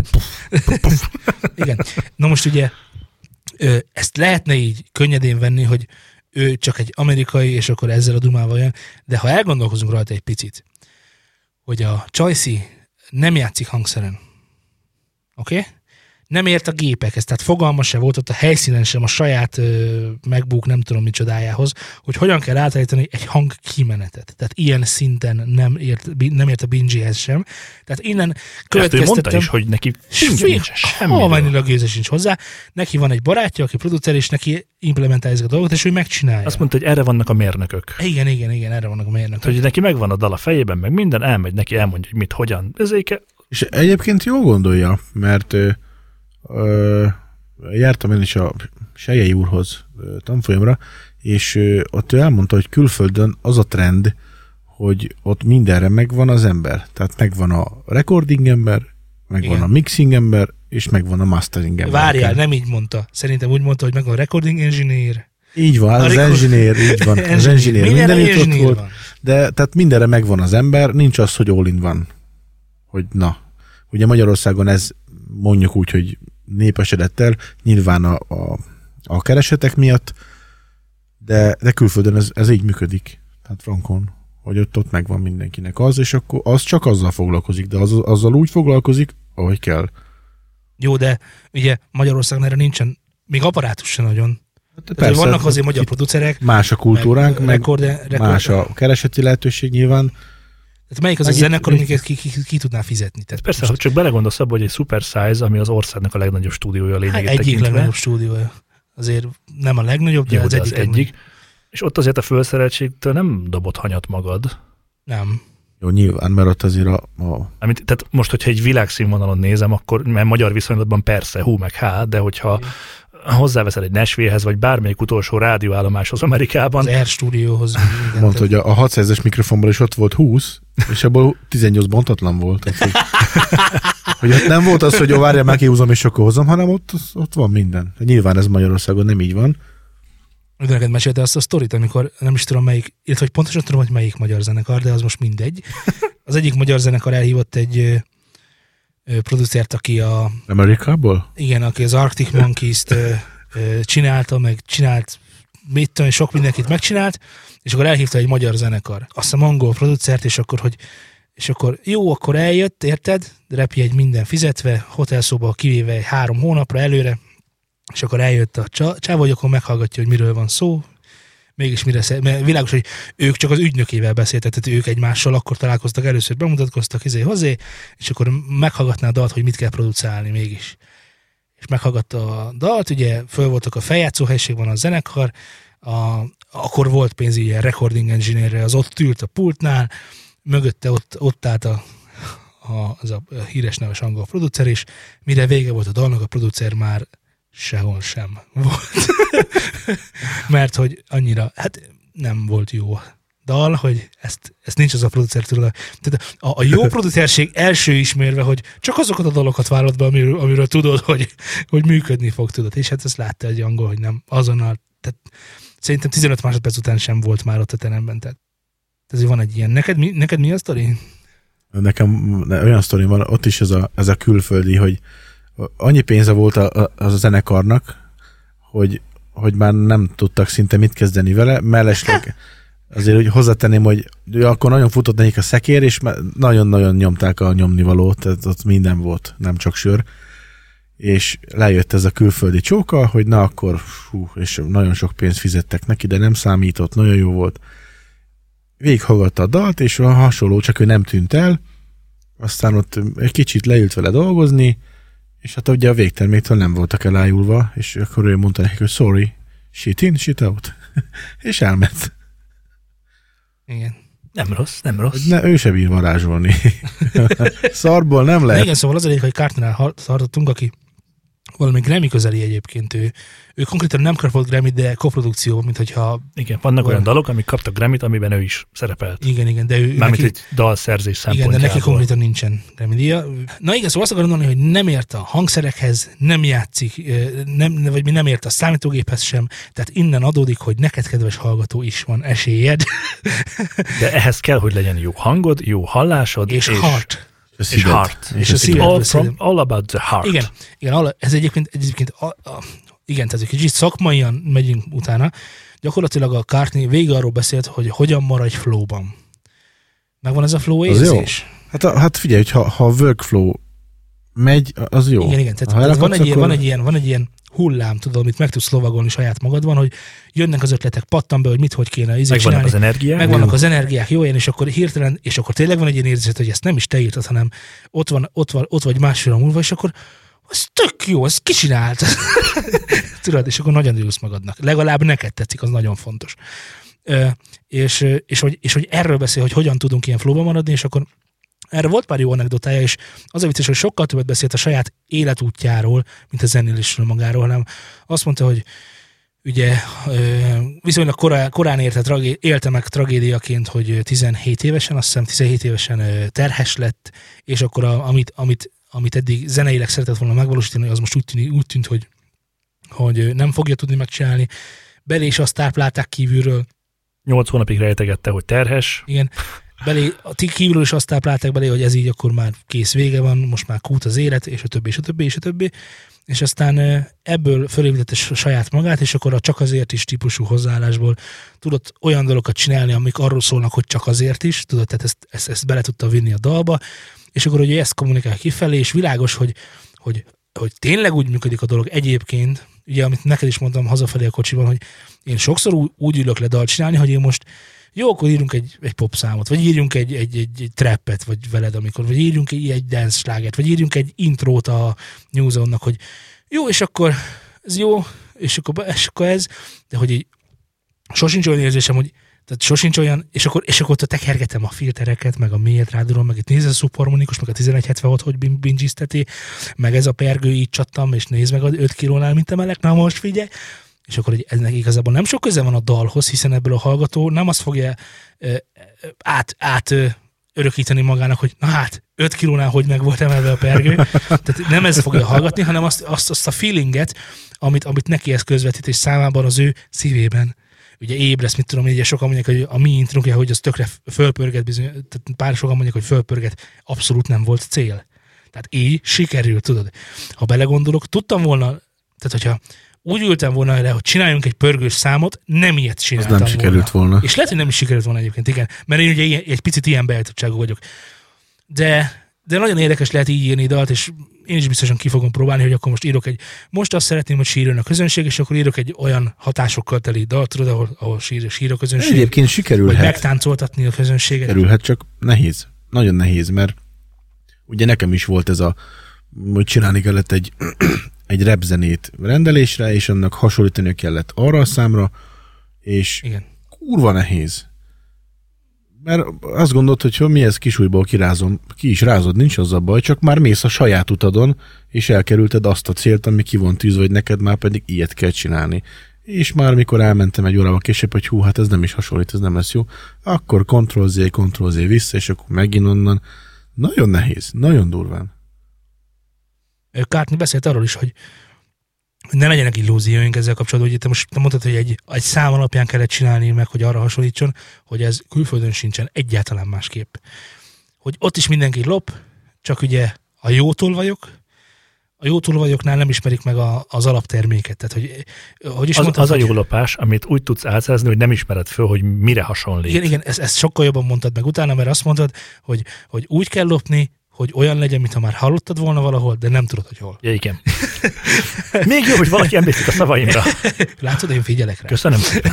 Igen. Na most ugye ezt lehetne így könnyedén venni, hogy ő csak egy amerikai, és akkor ezzel a dumával jön, de ha elgondolkozunk rajta egy picit, hogy a Csajci nem játszik hangszeren, oké? Nem ért a gépekhez, tehát fogalma se volt ott a helyszínen sem a saját MacBook nem tudom micsodájához, hogy hogyan kell átállítani egy hangkimenetet. Tehát ilyen szinten nem ért a Bingy-hez sem. Tehát innen következtettem... Ezt ő mondta is, hogy neki semmi. Halványilag gőze sincs hozzá. Neki van egy barátja, aki producer, és neki implementálja a dolgot, és ő megcsinálja. Azt mondta, hogy erre vannak a mérnökök. Igen, erre vannak a mérnökök. Hogy neki megvan a dal a fejében, meg minden, elmegy neki, elmondja, hogy mit, hogyan. És egyébként jól gondolja, mert jártam én is a Selyei úrhoz tanfolyamra, és ott ő elmondta, hogy külföldön az a trend, hogy ott mindenre megvan az ember. Tehát megvan a recording ember, megvan a mixing ember, és megvan a mastering ember. Várjál, nem így mondta. Szerintem úgy mondta, hogy megvan a recording engineer. Így van, az engineer, így van. Az engineer mindenütt ott volt. De tehát mindenre megvan az ember, nincs az, hogy all in van. Hogy na. Ugye Magyarországon ez mondjuk úgy, hogy népesedett el, nyilván a keresetek miatt, de külföldön ez így működik. Tehát frankon, hogy ott megvan mindenkinek az, és akkor az csak azzal foglalkozik, de azzal úgy foglalkozik, ahogy kell. Jó, de ugye Magyarországon erre nincsen, még apparátus se nagyon. Persze, vannak azért magyar producerek. Más a kultúránk, meg más a kereseti lehetőség nyilván. Tehát melyik az a zenekar, amiket ki tudná fizetni? Tehát persze, ha csak belegondolsz abba, hogy egy Super Size, ami az országnak a legnagyobb stúdiója lényegét tekintve. Egyik legnagyobb stúdiója. Azért nem a legnagyobb, de az egyik. És ott azért a fölszereltségtől nem dobott hanyat magad. Nem. Jó, nyilván, mert ott azért tehát most, hogyha egy világszínvonalon nézem, akkor mert magyar viszonylatban persze, meg de hogyha hozzáveszel egy Nashvillehez, vagy bármelyik utolsó rádióállomáshoz Amerikában. Az R stúdióhoz. Mondta, hogy a 600-es mikrofonból is ott volt 20, és abból 18 bontatlan volt. Hogy ott nem volt az, hogy várjál, már kihúzom, és akkor hozom, hanem ott van minden. Nyilván ez Magyarországon nem így van. De neked mesélte azt a sztorit, amikor nem is tudom melyik, illetve hogy pontosan tudom, hogy melyik magyar zenekar, de az most mindegy. Az egyik magyar zenekar elhívott egy producert, aki Amerikából? Igen, aki az Arctic Monkeys-t csinálta, meg csinált, mit tudom, sok mindenkit megcsinált, és akkor elhívta egy magyar zenekar. Azt a angol producert, és akkor, hogy És akkor jó, akkor eljött, érted? Repjegy minden fizetve, hotelszóba kivéve 3 hónapra előre, és akkor eljött a csávó, hogy akkor meghallgatja, hogy miről van szó. Mégis mire mert világos, hogy ők csak az ügynökével beszéltek, tehát ők egymással akkor találkoztak, először bemutatkoztak hozzá, és akkor meghallgatná a dalt, hogy mit kell producálni mégis. És meghallgatta a dalt, ugye föl voltak a feljátszóhelyiségben a zenekar, akkor volt pénz ilyen recording engineer-re, az ott ült a pultnál, mögötte ott állt az a híres neves angol producer, és mire vége volt a dalnak, a producer már sehol sem volt. Mert hogy annyira, hát nem volt jó dal, hogy ezt nincs az a producer tőle. Tehát a jó producerség első ismérve, hogy csak azokat a dalokat vállalt be, amiről tudod, hogy működni fog, tudod. És hát ezt látta egy angol, hogy nem azonnal. Tehát szerintem 15 másodperc után sem volt már ott a teremben. Tehát ezért van egy ilyen. Neked mi a sztori? Nekem olyan sztori van, ott is ez a külföldi, hogy annyi pénze volt a zenekarnak, hogy már nem tudtak szinte mit kezdeni vele, mellesleg azért, hogy hozzátenném, hogy akkor nagyon futott nekik a szekér, és nagyon-nagyon nyomták a nyomnivalót, tehát ott minden volt, nem csak sör. És lejött ez a külföldi csóka, hogy na akkor, és nagyon sok pénzt fizettek neki, de nem számított, nagyon jó volt. Végighallgatta a dalt, és hasonló, csak ő nem tűnt el, aztán ott egy kicsit leült vele dolgozni, és hát ugye a végterméktől nem voltak elájulva, és akkor ő mondta neki, hogy sorry, shit in, shit out. És elment. Igen. Nem rossz. Ő se bír varázsolni. Szarból nem lehet. Igen, szóval az elég, hogy Cartnál tartottunk, aki valami Grammy közeli egyébként. Ő konkrétan nem kapott Grammy, de koprodukció, mint hogyha... Igen, vannak olyan dalok, amik kaptak Grammyt, amiben ő is szerepelt. Igen, de ő... Mármint egy dalszerzés szempontjából. Igen, de neki konkrétan nincsen Grammy-díja. Na igen, szóval azt akarom mondani, hogy nem ért a hangszerekhez, nem játszik, vagy nem ért a számítógéphez sem, tehát innen adódik, hogy neked, kedves hallgató, is van esélyed. De ehhez kell, hogy legyen jó hangod, jó hallásod, és heart. És heart. És a szíved. All about the heart. Igen, ez egyébként igen, tehát egy kicsit szakmaian megyünk utána. Gyakorlatilag a Cartney végig arról beszélt, hogy hogyan maradj flow-ban. Megvan ez a flow érzés? Hát figyelj, ha a workflow megy, az jó. Igen, tehát van egy ilyen hullám, tudod, amit meg tudsz lovagolni saját magadban, hogy jönnek az ötletek, pattan be, hogy hogy kéne megvannak az energiák. Megvannak az energiák, jó, és akkor hirtelen, és akkor tényleg van egy ilyen érzés, hogy ezt nem is te írtad, hanem ott vagy másfél múlva, és akkor az tök jó, ezt kicsinált. Tudod, és akkor nagyon örülsz magadnak. Legalább neked tetszik, az nagyon fontos. És hogy erről beszél, hogy hogyan tudunk ilyen flowban maradni, és akkor erre volt pár jó anekdotája, és az a vicces, hogy sokkal többet beszélt a saját életútjáról, mint a zenélésről magáról, hanem azt mondta, hogy ugye viszonylag korán élte meg tragédiaként, hogy 17 évesen, azt hiszem 17 évesen terhes lett, és akkor amit eddig zeneileg szeretett volna megvalósítani, az most úgy tűnt, hogy nem fogja tudni megcsinálni. Belé is azt táplálták kívülről. 8 hónapig rejtegette, hogy terhes. Igen. Kívülről is azt táplálták belé, hogy ez így akkor már kész, vége van, most már kút az élet, és a többi. És aztán ebből fölépítette saját magát, és akkor a csak azért is típusú hozzáállásból tudott olyan dolgokat csinálni, amik arról szólnak, hogy csak azért is, tudod, tehát ezt bele tudta vinni a dalba, és akkor ugye ezt kommunikál kifelé, és világos, hogy tényleg úgy működik a dolog egyébként, ugye, amit neked is mondtam hazafelé a kocsiban, hogy én sokszor úgy ülök le dalt csinálni, hogy én most jó, akkor írjunk egy popszámot, vagy írjunk egy trappet, vagy veled, vagy írjunk egy dance slágert, vagy írjunk egy intrót a New Zone-nak, hogy jó, és akkor ez jó, és akkor ez, de hogy így sosincs olyan érzésem, hogy tehát sosincs olyan, és akkor ott tekergetem a filtereket, meg a mélyet rádulom, meg itt nézd a szubharmonikus, meg a 1176, hogy bingizteti, meg ez a pergő így csattam, és nézd meg a 5 kilónál, mint emelek, na most figyelj. És akkor ennek igazából nem sok köze van a dalhoz, hiszen ebből a hallgató nem azt fogja örökíteni magának, hogy na hát, 5 kilónál hogy meg volt emelve a pergő. Tehát nem ezt fogja hallgatni, hanem azt a feelinget, amit neki ez közvetít, és számában az ő szívében. Ugye ébresz, mit tudom, ugye sokan mondják, hogy a mi intronkja, hogy az tökre fölpörget bizony, tehát pár sokan mondják, hogy fölpörget, abszolút nem volt cél. Tehát így sikerült, tudod. Ha belegondolok, tudtam volna, tehát hogyha úgy ültem volna el, hogy csináljunk egy pörgős számot, nem ilyet csináltam volna. Az nem sikerült volna. És lehet, hogy nem is sikerült volna egyébként, igen. Mert én ugye egy picit ilyen beállítottságú vagyok. de nagyon érdekes lehet így írni dalt, és én is biztosan ki fogom próbálni, hogy akkor most írok most azt szeretném, hogy sírjon a közönség, és akkor írok egy olyan hatásokkal teli dalt, tudod, ahol sír a közönség. Egyébként sikerülhet. Vagy megtáncoltatni a közönséget. Sikerülhet, csak nehéz. Nagyon nehéz, mert ugye nekem is volt ez hogy csinálni kellett egy rapzenét rendelésre, és annak hasonlítani kellett arra a számra, és igen. Kurva nehéz. Mert azt gondolod, hogy mi ez kisújból kirázom, ki is rázod, nincs az a baj, csak már mész a saját utadon, és elkerülted azt a célt, ami ki van tűzve, hogy neked már pedig ilyet kell csinálni. És már mikor elmentem egy órával később, hogy hú, hát ez nem is hasonlít, ez nem lesz jó, akkor Ctrl-Z vissza, és akkor megint onnan. Nagyon nehéz, nagyon durván. Kártni beszélt arról is, hogy ne legyenek illúzióink ezzel kapcsolatban, hogy te most mondtad, hogy egy szám alapján kellett csinálni meg, hogy arra hasonlítson, hogy ez külföldön sincsen egyáltalán másképp. Hogy ott is mindenki lop, csak ugye a jó tolvajoknál nem ismerik meg az alapterméket. Tehát, hogy is mondtad, az a jó lopás, amit úgy tudsz átszázni, hogy nem ismered föl, hogy mire hasonlít. Igen, ezt sokkal jobban mondtad meg utána, mert azt mondtad, hogy úgy kell lopni, hogy olyan legyen, mintha már hallottad volna valahol, de nem tudod, hogy hol. Ja, igen. Még jobb, hogy valaki emlékszik a szavaimra. Látod, én figyelek rá. Köszönöm szépen.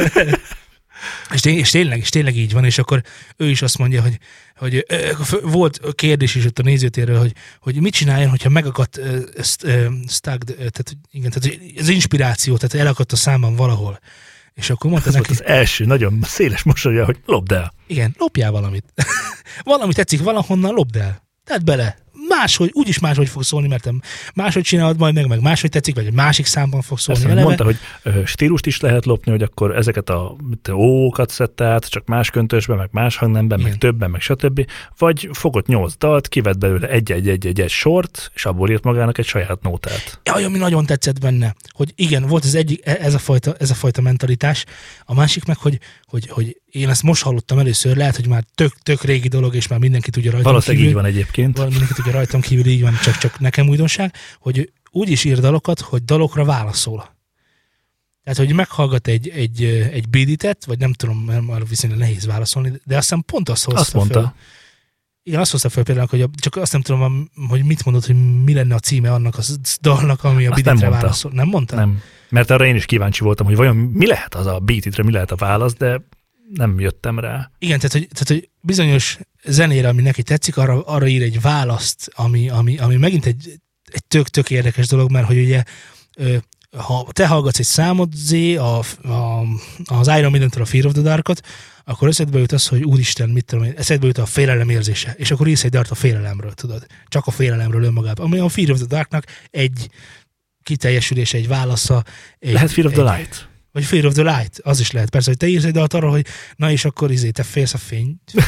És tényleg így van, és akkor ő is azt mondja, hogy volt kérdés is ott a nézőtérről, hogy mit csináljon, hogyha megakadt tehát az inspiráció, tehát elakadt a számban valahol. És akkor mondta neki... az első nagyon széles mosolya, hogy lopd el. Igen, lopjál valamit. Valami tetszik valahonnan, lopd el. Tedd bele. Máshogy, úgyis máshogy fog szólni, mert máshogy csinálod majd meg máshogy tetszik, vagy egy másik számban fog szólni. Ezt mondta, hogy stílust is lehet lopni, hogy akkor ezeket a ókat szedte át, csak más köntösben, meg más hangnemben, igen. Meg többen, meg stb. Vagy fogott 8 dalt, kivett belőle egy sort, és abból írt magának egy saját nótát. Jaj, ami nagyon tetszett benne, hogy igen, volt az egyik, ez a fajta mentalitás, a másik meg, hogy én ezt most hallottam először, lehet, hogy már tök régi dolog, és már mindenki tudja rajtam valószínűleg kívül. Valószínűleg így van egyébként. Mindenki tudja rajtam kívül, így van, csak nekem újdonság, hogy úgy is ír dalokat, hogy dalokra válaszol. Tehát, hogy meghallgat egy beatet, vagy nem tudom, mert már viszonylag nehéz válaszolni, de aztán pont azt hozta azt mondta. Föl. Igen, azt hozta fel például, hogy csak azt nem tudom, hogy mit mondod, hogy mi lenne a címe annak a dalnak, ami a beatre válaszol. Nem mondta? Nem. Mert arra én is kíváncsi voltam, hogy vajon mi lehet az a beatitre, mi lehet a válasz, de nem jöttem rá. Igen, tehát hogy bizonyos zenére, ami neki tetszik, arra ír egy választ, ami megint egy tök érdekes dolog, mert hogy ugye ha te hallgatsz egy számot, az Iron Maiden-től a Fear of the Dark-ot, akkor eszedbe jut az, hogy úristen, mit tudom én, eszedbe jut a félelem érzése, és akkor írsz egy dalt a félelemről, tudod. Csak a félelemről önmagában. Ami a Fear of the Darknak egy kiteljesülése, egy válasza. Lehet Fear of the Light. Vagy Fear of the Light, az is lehet. Persze, hogy te írsz egy dalt arra, hogy na és akkor te félsz a fénytől.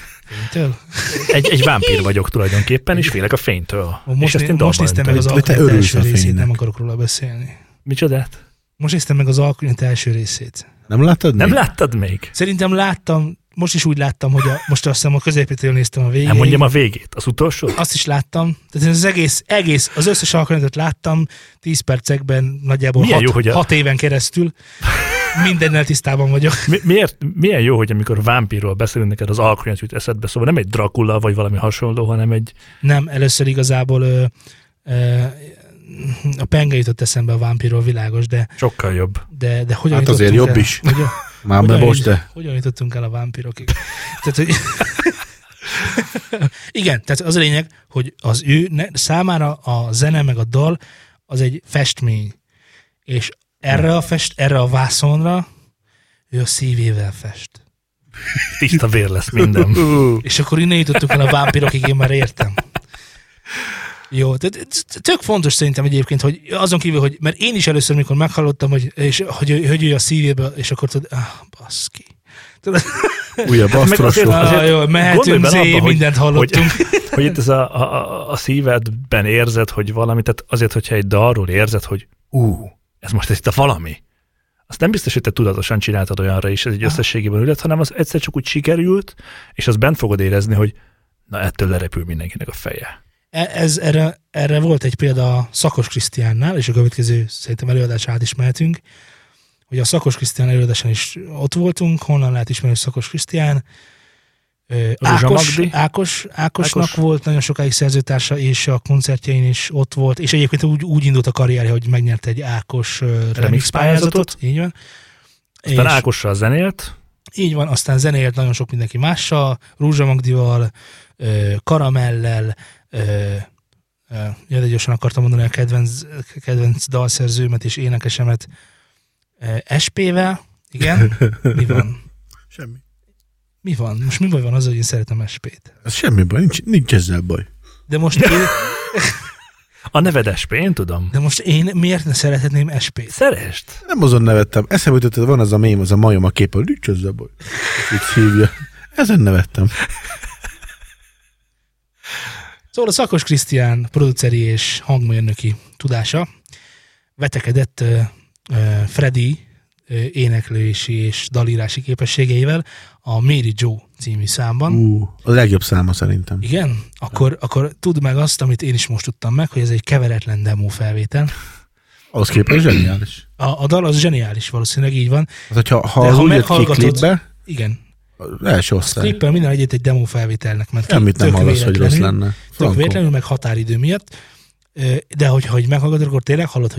Egy vámpír vagyok tulajdonképpen, és félek a fénytől. Most néztem meg az alkonyat első részét, nem akarok róla beszélni. Micsodát? Most néztem meg az alkonyat első részét. Nem láttad még? Nem láttad még? Szerintem láttam, most is úgy láttam, hogy most azt hiszem a középétől néztem a végét. Nem mondjam a végét, az utolsó? Azt is láttam. Tehát az egész, az összes alkonyatot láttam 10 percekben, nagyjából 6 éven keresztül. Mindennel tisztában vagyok. Milyen jó, hogy amikor vámpírról beszélünk, neked az alkonyat jut eszedbe, szóval nem egy Dracula vagy valami hasonló, hanem egy... Nem, először igazából a penge jutott eszembe a vámpírról, világos, de... Sokkal jobb. De hogyan hát azért jobb is. Már most, de... Hogyan jutottunk el a vámpírokig? Tehát, hogy... Igen, tehát az a lényeg, hogy az ő számára a zene meg a dal az egy festmény. És erre a vászonra ő a szívével fest. Tiszta vér lesz minden. És akkor innen jutottuk el a vámpírokig, én már értem. Jó, tök fontos szerintem egyébként, hogy azon kívül, hogy, mert én is először, mikor meghallottam, hogy ő a szívéből, és akkor tudod, baszki. Újabb asztrosról. Jó, mehetünk mindent hallottunk. Hogy itt ez a szívedben érzed, hogy valami, tehát azért, hogyha egy dalról érzed, hogy ez most itt a valami. Azt nem biztos, hogy te tudatosan csináltad olyanra is, ez egy összességében ület, hanem az egyszer csak úgy sikerült, és azt bent fogod érezni, hogy na ettől lerepül mindenkinek a feje. Erre volt egy példa a Szakos Krisztiánnál, és a következő szerintem előadásra át is mehetünk, hogy a Szakos Krisztián előadásán is ott voltunk, honnan lehet ismerni Szakos Krisztián. Ákosnak volt nagyon sokáig szerzőtársa, és a koncertjein is ott volt, és egyébként úgy indult a karrierje, hogy megnyerte egy Ákos remix pályázatot. Így van. Aztán Ákossal zenélt. Így van, aztán zenélt nagyon sok mindenki mással, Rúzsa Magdival, Karamellel, de gyorsan akartam mondani a kedvenc dalszerzőmet és énekesemet, SP-vel. Igen? Mi van? Semmi. Mi van? Most mi baj van az, hogy én szeretem SP-t? Ez semmi baj, nincs ezzel baj. De most én... A neved SP, én tudom. De most én miért ne szerethetném SP-t? Szeresd. Nem azon nevettem. Eszembe jutott, van az a mém, az a majom a kép, hogy nincs ezzel baj. Így hívja. Ezen nevettem. Szóval a Szakos Krisztián produceri és hangmérnöki tudása vetekedett Freddy éneklési és dalírási képességeivel a Mary Joe című számban. A legjobb száma szerintem. Igen? Akkor tudd meg azt, amit én is most tudtam meg, hogy ez egy keveretlen demo felvétel. Ahhoz képest zseniális. A dal az zseniális, valószínűleg így van. Az, hogyha az úgy jött ki klipbe, igen. első osztály. Klippel minden egyet egy demo felvételnek ment ki. Semmit nem hallasz, hogy rossz lenne. Tök véletlenül, meg határidő miatt. De hogyha meghallgatod, akkor tényleg hallod,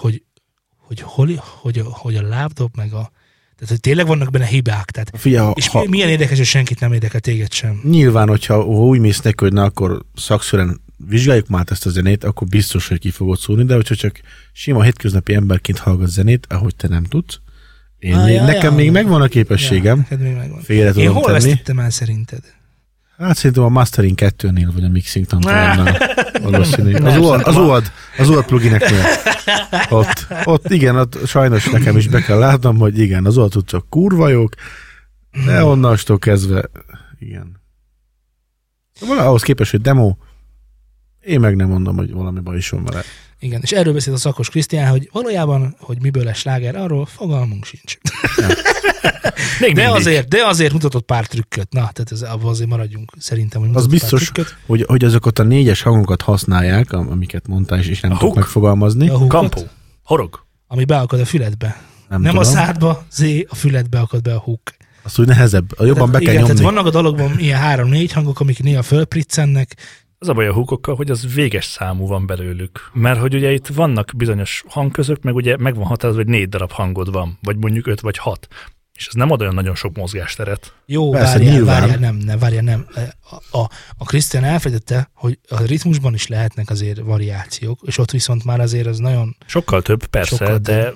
hogy a lábdob, meg a... Tehát, hogy tényleg vannak benne hibák. Tehát, Fia, és milyen érdekes, hogy senkit nem érdekel, téged sem. Nyilván, hogyha úgy mész neki, hogy na, akkor szakszerűen vizsgáljuk már ezt a zenét, akkor biztos, hogy ki fogod szólni, de hogyha csak sima hétköznapi emberként hallgat zenét, ahogy te nem tudsz, nekem még megvan a képességem. Félre tudom én hol tenni. vesztettem el szerinted? Hát szerintem a Mastering 2-nél, vagy a Mixing tantalannál. Valószínű. Az OAD plugineknél. Ott igen, ott sajnos nekem is be kell látnom, hogy igen, az OAD csak kurva jók, de onnastól kezdve, igen. Ahhoz képest, hogy demo, én meg nem mondom, hogy valami baj is van vele. Igen, és erről beszélt a Szakos Krisztián, hogy valójában, hogy miből lesz sláger, arról fogalmunk sincs. De azért mutatott pár trükköt. Na, tehát abban azért maradjunk szerintem, hogy az biztos, hogy azokat a 4-es hangokat használják, amiket mondtál, és nem tudok megfogalmazni. A kampó, horog. Ami beakad a füledbe. Nem a szádba, a füledbe akad be a húk. Azt úgy nehezebb, jobban be kell nyomni. Tehát vannak a dalokban ilyen 3-4 hangok, amik néha fölpriccennek. Az a baj a húkokkal, hogy az véges számú van belőlük. Mert hogy ugye itt vannak bizonyos hangközök, meg ugye meg van határozva, hogy 4 darab hangod van, vagy mondjuk 5 vagy 6. És ez nem ad olyan nagyon sok mozgásteret. Jó, várjál, nem. A Krisztián elfejtette, hogy a ritmusban is lehetnek azért variációk, és ott viszont már azért az nagyon... Sokkal több, persze, de...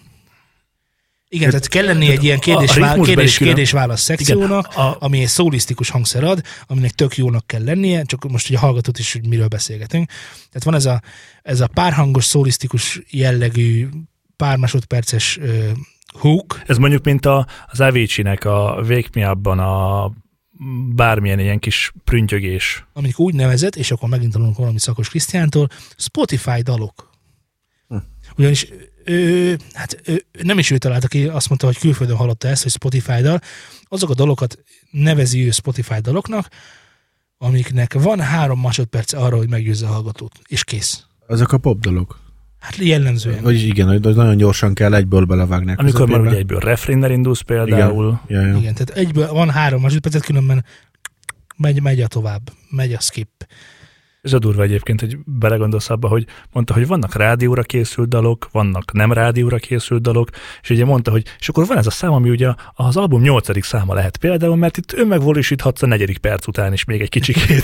Igen, tehát kell lenni egy ilyen kérdés-válasz szekciónak, ami egy szólisztikus hangszer ad, aminek tök jónak kell lennie, csak most ugye hallgatott is, hogy miről beszélgetünk. Tehát van ez a párhangos, szólisztikus jellegű, pár másodperces hook. Ez mondjuk, mint az Avicii-nek a Wake Me Up-ban a bármilyen ilyen kis prüntjögés. Aminek úgy nevezett, és akkor megint tanulunk valami Szakos Krisztiántól, Spotify dalok. Ugyanis ő nem is ő találta ki, azt mondta, hogy külföldön hallotta ezt, hogy Spotify dal. Azok a dalokat nevezi ő Spotify daloknak, amiknek van 3 másodperc arra, hogy meggyőzze a hallgatót, és kész. Azok a pop dalok? Hát jellemzően. Hogy igen, hogy nagyon gyorsan kell egyből belevágni. Amikor már ugye egyből refrénnel indulsz például. Igen. Igen, tehát egyből van 3 másodpercet, különben megy a tovább, megy a skip. Ez a durva egyébként, hogy belegondolsz abba, hogy mondta, hogy vannak rádióra készült dalok, vannak nem rádióra készült dalok, és ugye mondta, hogy és akkor van ez a szám, ami ugye az album 8. száma lehet például, mert itt önmegvalósíthatsz a 4. perc után is még egy kicsikét.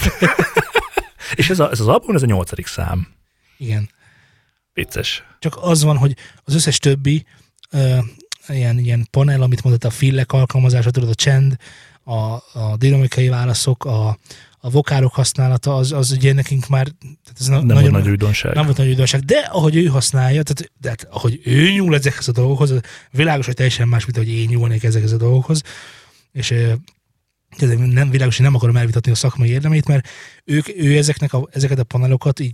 És ez az album, ez a 8. szám. Igen. Vicces. Csak az van, hogy az összes többi ilyen panel, amit mondott, a fillek alkalmazása, tudod, a csend, a dinamikai válaszok, a vokálok használata, az ugye nekünk már... Ez nem nagyon, volt nagy újdonság. Nem volt nagy újdonság, de ahogy ő használja, tehát ahogy ő nyúl ezekhez a dolgokhoz, világos, hogy teljesen más, mint ahogy én nyúlnék ezekhez a dolgokhoz, és nem világos, hogy nem akarom elvitatni a szakmai érdemét, mert ő ezeket a panelokat így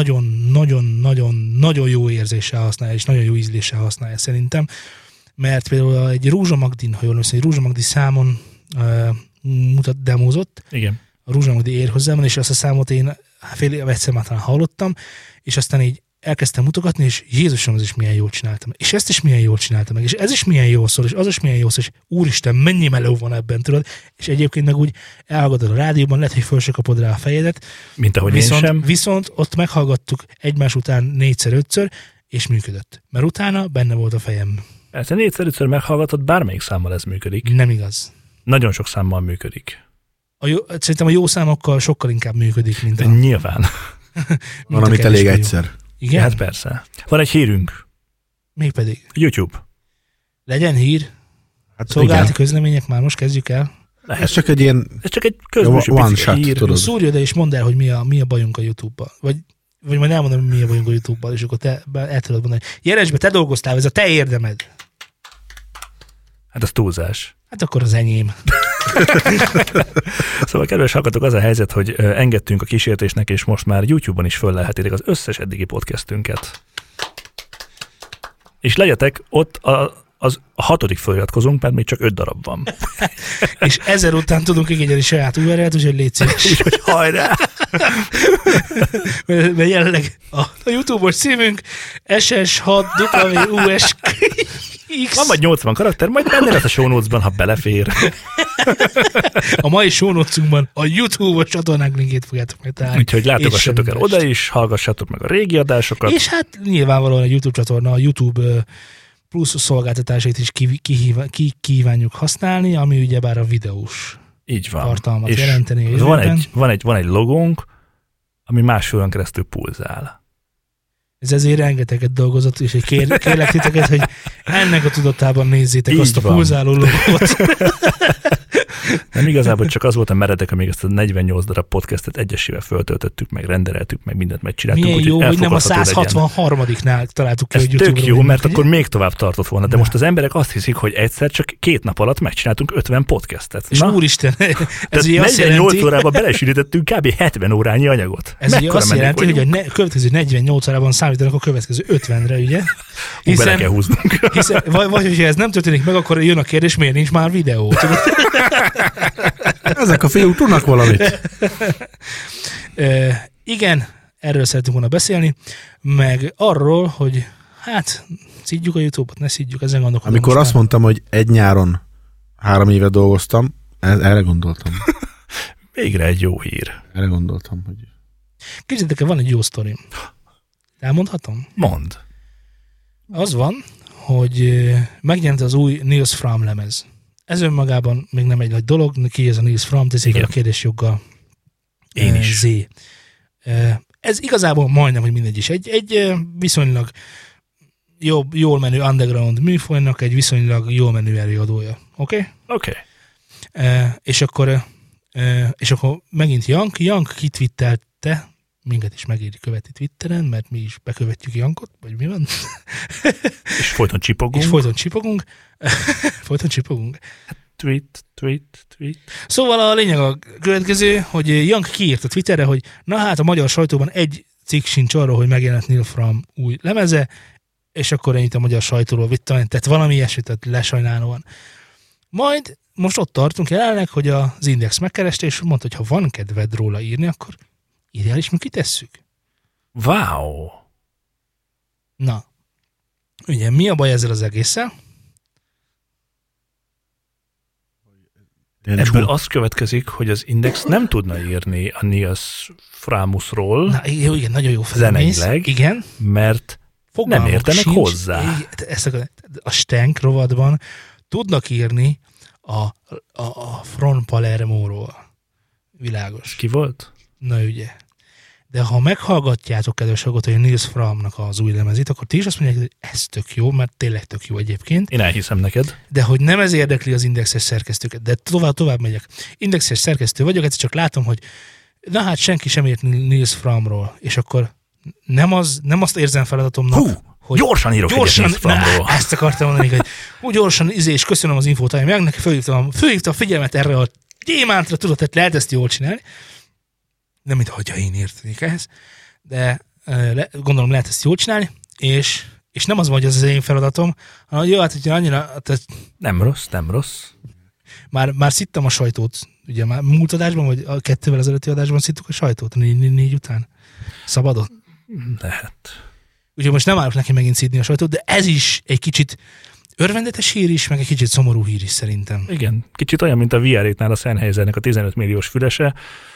nagyon jó érzéssel használja, és nagyon jó ízléssel használja szerintem, mert például egy Rúzsa Magdin, ha jól egy Rúzsa Magdi számon demózott, igen. A Rúzsa Magdi ér hozzám, és azt a számot én fél egyszer már talán hallottam, és aztán így elkezdtem mutogatni, és Jézusom, ez is milyen jól csináltam. És ezt is milyen jól csináltam meg, és ez is milyen jól szól, és az is milyen jól szól, és úristen, mennyi meló van ebben, tudod? És egyébként meg úgy elhallgatod a rádióban, lehet, hogy föl se kapod rá a fejedet. Mint ahogy én sem. Viszont ott meghallgattuk egymás után 4-5-ször, és működött. Mert utána benne volt a fejem. Ezt 4-5-ször meghallgatod, bármelyik számmal ez működik. Nem igaz. Nagyon sok számmal működik. Szerintem a jó számokkal sokkal inkább működik, mint a... Nyilván. Van, amit elég egyszer. Igen? Hát persze. Van egy hírünk. Mégpedig. YouTube. Legyen hír. Hát Szolgálati közlemények, már most kezdjük el. Ez csak egy ilyen Ez csak egy közbűső one shot, hír. tudod. Szúrj oda és mondd el, hogy mi a bajunk a YouTube-ban. Vagy majd elmondom, hogy mi a bajunk a YouTube-ban, és akkor te el tudod mondani. Jelentsbe, te dolgoztál, ez a te érdemed. Hát az túlzás. Hát akkor az enyém. Szóval, kedves hallgatók, az a helyzet, hogy engedtünk a kísértésnek, és most már YouTube-on is föllelhetitek az összes eddigi podcastünket. És legyetek ott a 6. feliratkozónk, mert még csak 5 darab van. És 1000 után tudunk igényelni saját URL-t, úgyhogy légy szíves. Úgyhogy hajrá! Mert jelenleg a YouTube-os címünk SS6WUSX. Van majd 80 karakter, majd benne lesz a show notes-ban, ha belefér. A mai show notes-unkban a YouTube-os csatornánk linkjét fogjátok meg találni. Úgyhogy látogassatok el oda is, hallgassatok meg a régi adásokat. És hát nyilvánvalóan a YouTube csatorna, a YouTube plusz szolgáltatásait is kívánjuk használni, ami ugyebár a videós így van. tartalmat és jelenteni. Van egy logónk, ami másfélen keresztül pulzál. Ez ezért rengeteget dolgozott, és kérlek titeket, hogy ennek a tudatában nézzétek így azt a pulzáló logót. Nem igazából csak az volt a meredek, amíg ezt a 48 darab podcastet egyesével föltöltöttük, meg rendeltük, meg mindent megcsináltuk. Milyen jó, hogy nem a 163-nál találtuk ki, ez hogy YouTube-ra. tök jó, mert akkor még tovább tartott volna. De most az emberek azt hiszik, hogy egyszer csak 2 nap alatt megcsináltunk 50 podcastet. És úristen, ez ugye azt 48 jelenti... órában belesűrítettünk kb. 70 órányi anyagot. Ez ugye azt jelenti, hogy a következő 48 órában számítanak a következő 50-re, ugye? Bele kell húznunk. Vagy hogyha ez nem történik meg, akkor jön a kérdés, miért nincs már videó? Ezek a fiúk tudnak valamit. Igen, erről szeretünk volna beszélni, meg arról, hogy hát szidjuk a YouTube-ot, ne szidjuk, ezen gondolkodom. Amikor azt mondtam, hogy egy nyáron 3 éve dolgoztam, erre gondoltam. Végre egy jó hír. Erre gondoltam, hogy... Képzeljétek el, van egy jó sztorim. Elmondhatom? Mondd. Az van, hogy megjelent az új Nils Fram lemez. Ez önmagában még nem egy nagy dolog, ki ez a Nils Fram, teszik fel a kérdésjoggal. Én is. Z. Ez igazából majdnem, hogy mindegy is. Egy viszonylag jól menő underground műfajnak egy viszonylag jól menő előadója. Oké? Oké. És akkor megint Jank kitwittelte, minket is megéri követni Twitteren, mert mi is bekövetjük Jankot, vagy mi van? És folyton csipogunk. Folyton csipogunk. Tweet. Szóval a lényeg a következő, hogy Jank kiírt a Twitterre, hogy na hát a magyar sajtóban egy cikk sincs arról, hogy megjelent Nils Fram új lemeze, és akkor ennyit a magyar sajtóról vittem, tehát valami ilyesmit, tehát lesajnálóan. Majd most ott tartunk jelenleg, hogy az Index megkereste, és mondta, hogy ha van kedved róla írni, akkor írjál is, mi kitesszük. Wow! Na, ugye mi a baj ezzel az egésszel? Ebből az következik, hogy az Index nem tudna írni a Nils Framusról. Na, igen, nagyon jó felmész. Zeneileg. Igen. Mert fogalmak nem értenek sincs, hozzá. A Stenk rovatban tudnak írni a From Palermo-ról. Világos. Ki volt? Na ugye. De ha meghallgatjátok, kedves hallgatói, a Nils Framnak az új lemezét, akkor ti is azt mondják, hogy ez tök jó, mert tényleg tök jó egyébként. Én elhiszem neked. De hogy nem ez érdekli az indexes szerkesztőket. De tovább megyek. Indexes szerkesztő vagyok, egyszer csak látom, hogy na hát senki sem ért Nils Framról. És akkor nem azt érzem feladatomnak, hogy gyorsan írok egyet Nils Framról. Ezt akartam mondani, hogy gyorsan és köszönöm az infót, meg neki fölhívtam a figyelmet erre a gyémántra, tudod, tehát lehet ezt jól csinálni. Nem, mint hogyha én értenék ehhez, de gondolom lehet ezt jól csinálni, és nem az van, hogy az én feladatom, hanem jó, hát hogy annyira... Nem rossz. Már szittem a sajtót, ugye már múlt adásban, vagy a 2-vel ezelőtti adásban szittuk a sajtót, 4 után. Szabadon? Lehet. Úgyhogy most nem állok neki megint szídni a sajtót, de ez is egy kicsit örvendetes hír is, meg egy kicsit szomorú hír is szerintem. Igen, kicsit olyan, mint a VR-étnál a Sennheisernek a 15 milliós fülese.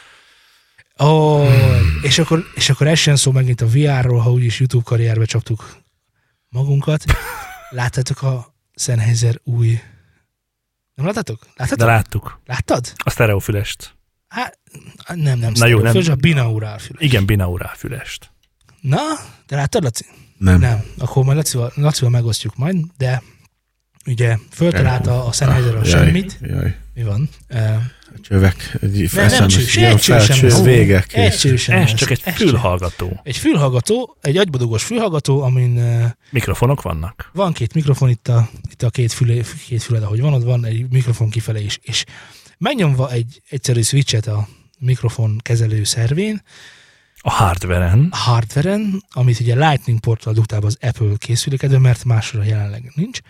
És akkor essen szó megint a VR-ról, ha úgyis YouTube karrierbe csaptuk magunkat. Láttátok a Sennheiser új... Nem láttátok? De láttuk. Láttad? A sztereofülest. Hát nem Na jó, nem. A binaurál fülest. Igen, binaurál fülest. Na, te láttad, Laci? Nem. Akkor majd Lacival megosztjuk majd, de ugye föltalálta a Sennheiser semmit. Jaj. Mi van? Csövek, felcső, végek. Ez csak egy fülhallgató. Egy fülhallgató, egy agybadugos fülhallgató, amin mikrofonok vannak. Van 2 mikrofon, itt a két füled, ahogy van, ott van egy mikrofon kifele is. És megnyomva egy egyszerű switchet a mikrofon kezelő szervén, a hardveren, amit ugye Lightning porttal dugtál az Apple készülékedbe, mert másra jelenleg nincs,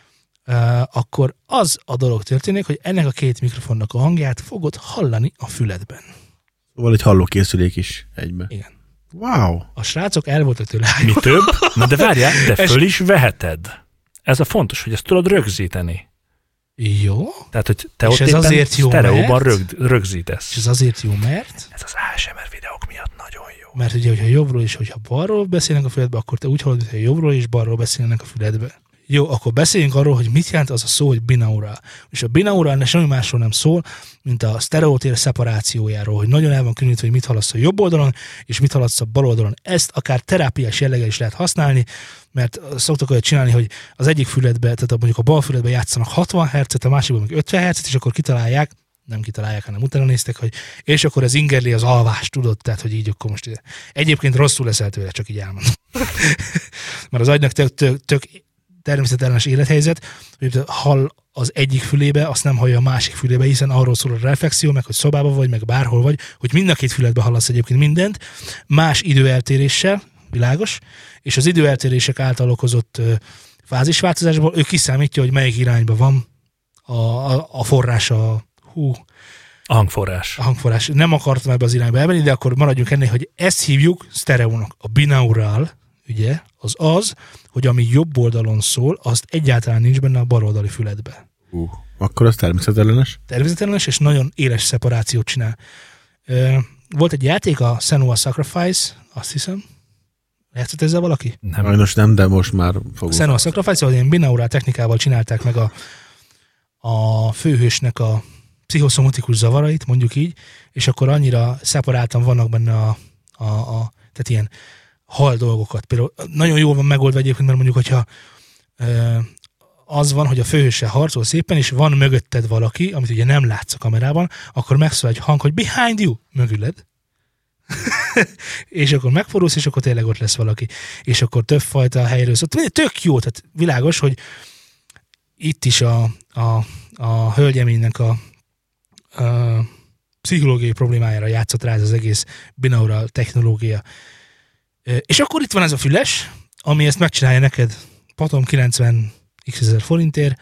akkor az a dolog történik, hogy ennek a 2 mikrofonnak a hangját fogod hallani a füledben. Szóval egy hallókészülék is egyben. Igen. Wow! A srácok el voltak tőle. Mi több? Na de várjál, de föl is veheted. Ez a fontos, hogy ezt tudod rögzíteni. Jó. Tehát, hogy te és ott ez azért jó, sztereóban rögzítesz. És ez azért jó, mert... Ez az ASMR videók miatt nagyon jó. Mert ugye, hogyha jobbról és hogyha balról beszélnek a füledbe, akkor te úgy hallod, hogy jobbról és balról beszélnek a füledbe. Jó, akkor beszéljünk arról, hogy mit jelent az a szó, hogy binaural. És a binaural semmi másról nem szól, mint a sztereotér szeparációjáról, hogy nagyon el van különítve, hogy mit hallasz a jobb oldalon, és mit hallasz a bal oldalon. Ezt akár terápiás jelleggel is lehet használni, mert szoktak olyat csinálni, hogy az egyik füledbe, tehát mondjuk a bal füledbe játszanak 60 Hz-et, a másikban meg 50 Hz-et, és akkor nem kitalálják, hanem utána néztek, hogy és akkor ez ingerli az alvást, tudod, tehát hogy így akkor most egyébként rosszul leszel tőle, csak így elmondom. Mert az agynak tök természetellenes élethelyzet, hogy hall az egyik fülébe, azt nem hallja a másik fülébe, hiszen arról szól a reflexió, meg hogy szobában vagy, meg bárhol vagy, hogy mind a 2 füledbe hallasz egyébként mindent, más időeltéréssel, világos, és az időeltérések által okozott fázisváltozásból ő kiszámítja, hogy melyik irányba van a forrása, a hangforrás. A hangforrás. Nem akartam ebbe az irányba elmenni, de akkor maradjunk ennél, hogy ezt hívjuk sztereónak. A binaural, ugye, az, hogy ami jobb oldalon szól, azt egyáltalán nincs benne a bal oldali füledbe. Akkor az természetellenes? Természetellenes, és nagyon éles szeparációt csinál. Volt egy játék, a Senua Sacrifice, azt hiszem. Játszott ezzel valaki? Nem. Sajnos nem, de most már fogok. Senua Sacrifice, hogy ilyen binaural technikával csinálták meg a főhősnek a pszichoszomatikus zavarait, mondjuk így, és akkor annyira szeparáltan vannak benne tehát ilyen hal dolgokat. Például nagyon jól van megoldva egyébként, mert mondjuk, hogyha az van, hogy a főhőssel harcol szépen, és van mögötted valaki, amit ugye nem látsz a kamerában, akkor megszól egy hang, hogy behind you, mögüled. És akkor megfordulsz, és akkor tényleg ott lesz valaki. És akkor többfajta helyről szól. Tök jó, tehát világos, hogy itt is a hölgyeménynek a pszichológiai problémájára játszott rá ez az egész binaural technológia. És akkor itt van ez a füles, ami ezt megcsinálja neked patom 90x forintért,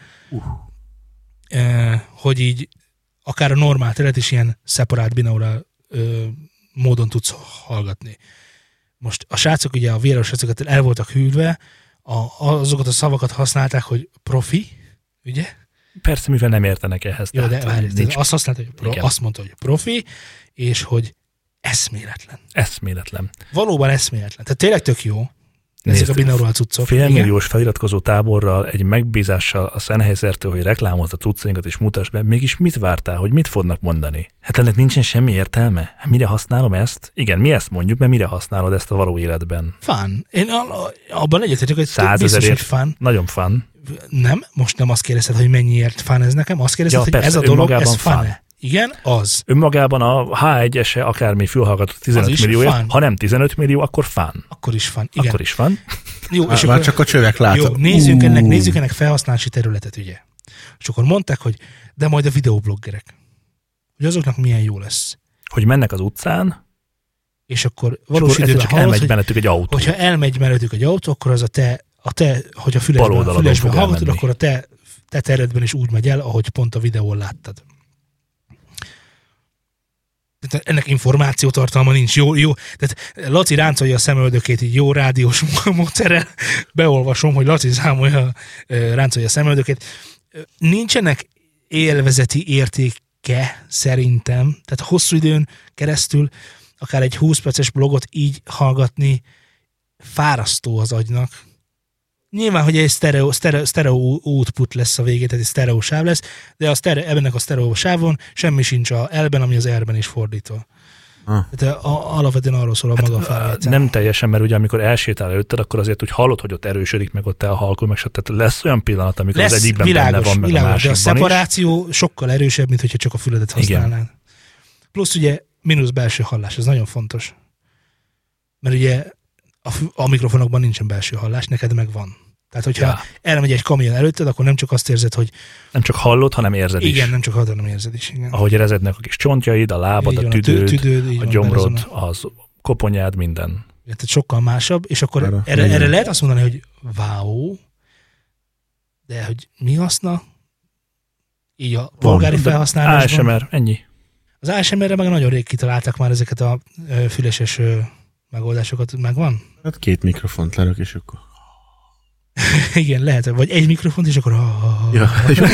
hogy így akár a normál teret is ilyen szeparált binaural módon tudsz hallgatni. Most a srácok, ugye a VR-os srácokat el voltak hűlve, azokat a szavakat használták, hogy profi, ugye? Persze, mivel nem értenek ehhez. Jó, de azt használta, hogy azt mondta, hogy profi, és hogy eszméletlen. Eszméletlen. Valóban eszméletlen. Tehát tényleg tök jó. Ezek a binaural cuccok. Félmilliós feliratkozó táborral, egy megbízással a Sennheisertől, hogy reklámozza cuccainkat és mutass be, mégis mit vártál, hogy mit fognak mondani? Hát ennek nincsen semmi értelme? Mire használom ezt? Igen, mi ezt mondjuk, mert mire használod ezt a való életben? Fun. Én abban egyetértek, hogy 100 000 fun. Nagyon fun. Nem, most nem azt kérdezted, hogy mennyiért fun ez nekem, azt kérdezted, hogy persze, ez a dolog, ez fun. Igen, az. Önmagában a H1-ese akármi fülhallgató 15 millióért, ha nem 15 millió, akkor fun. Akkor is fun. Igen. Akkor is fun. Jó, és már csak a csövek látod. Jó, nézzük ennek felhasználási területet, ugye. És akkor mondták, hogy de majd a videobloggerek. Hogy azoknak milyen jó lesz. Hogy mennek az utcán, és akkor valós időben csak elmegy mellettük egy autó. Hogyha elmegy mellettük egy autó, akkor az a te hogy a fülesben hallgatod, akkor a te területben is úgy megy el, ahogy pont a videón láttad. Tehát ennek információtartalma nincs. Jó. Tehát Laci ráncolja a szemöldökét így jó rádiós módszerrel. Beolvasom, hogy Laci ráncolja a szemöldökét. Nincsenek élvezeti értéke szerintem. Tehát hosszú időn keresztül akár egy 20 perces blogot így hallgatni fárasztó az agynak. Nyilván, hogy egy sztereó output lesz a végén, tehát egy sztereó sáv lesz, de ebben a sztereó sávon semmi sincs a L-ben, ami az R-ben is fordítva. Tehát alapvetően arról szól a maga felvétel. Nem teljesen, mert ugye amikor elsétál előtted, akkor azért úgy hallod, hogy ott erősödik, meg ott elhalkul, meg tehát lesz olyan pillanat, amikor az egyikben benne van, meg a másikban de a szeparáció is sokkal erősebb, mint hogyha csak a füledet használnád. Igen. Plusz ugye mínusz belső hallás, ez nagyon fontos. Mert ugye a mikrofonokban nincsen belső hallás, neked meg van. Tehát, hogyha elmegy egy kamion előtted, akkor nem csak azt érzed, hogy... Nem csak hallod, hanem érzed is. Igen, nem csak hallod, hanem érzed is. Igen. Ahogy rezednek a kis csontjaid, a lábad, a tüdőd, a gyomrod, az koponyád, minden. Igen, tehát sokkal másabb, és akkor erre lehet azt mondani, hogy wow, de hogy mi haszna? Így a polgári felhasználásban. ASMR, ennyi. Az ASMR-re meg nagyon rég kitalálták már ezeket a füleses megoldásokat. Megvan? Hát 2 mikrofont lerak, és akkor... Igen, lehet, vagy egy mikrofont, és akkor... Ja.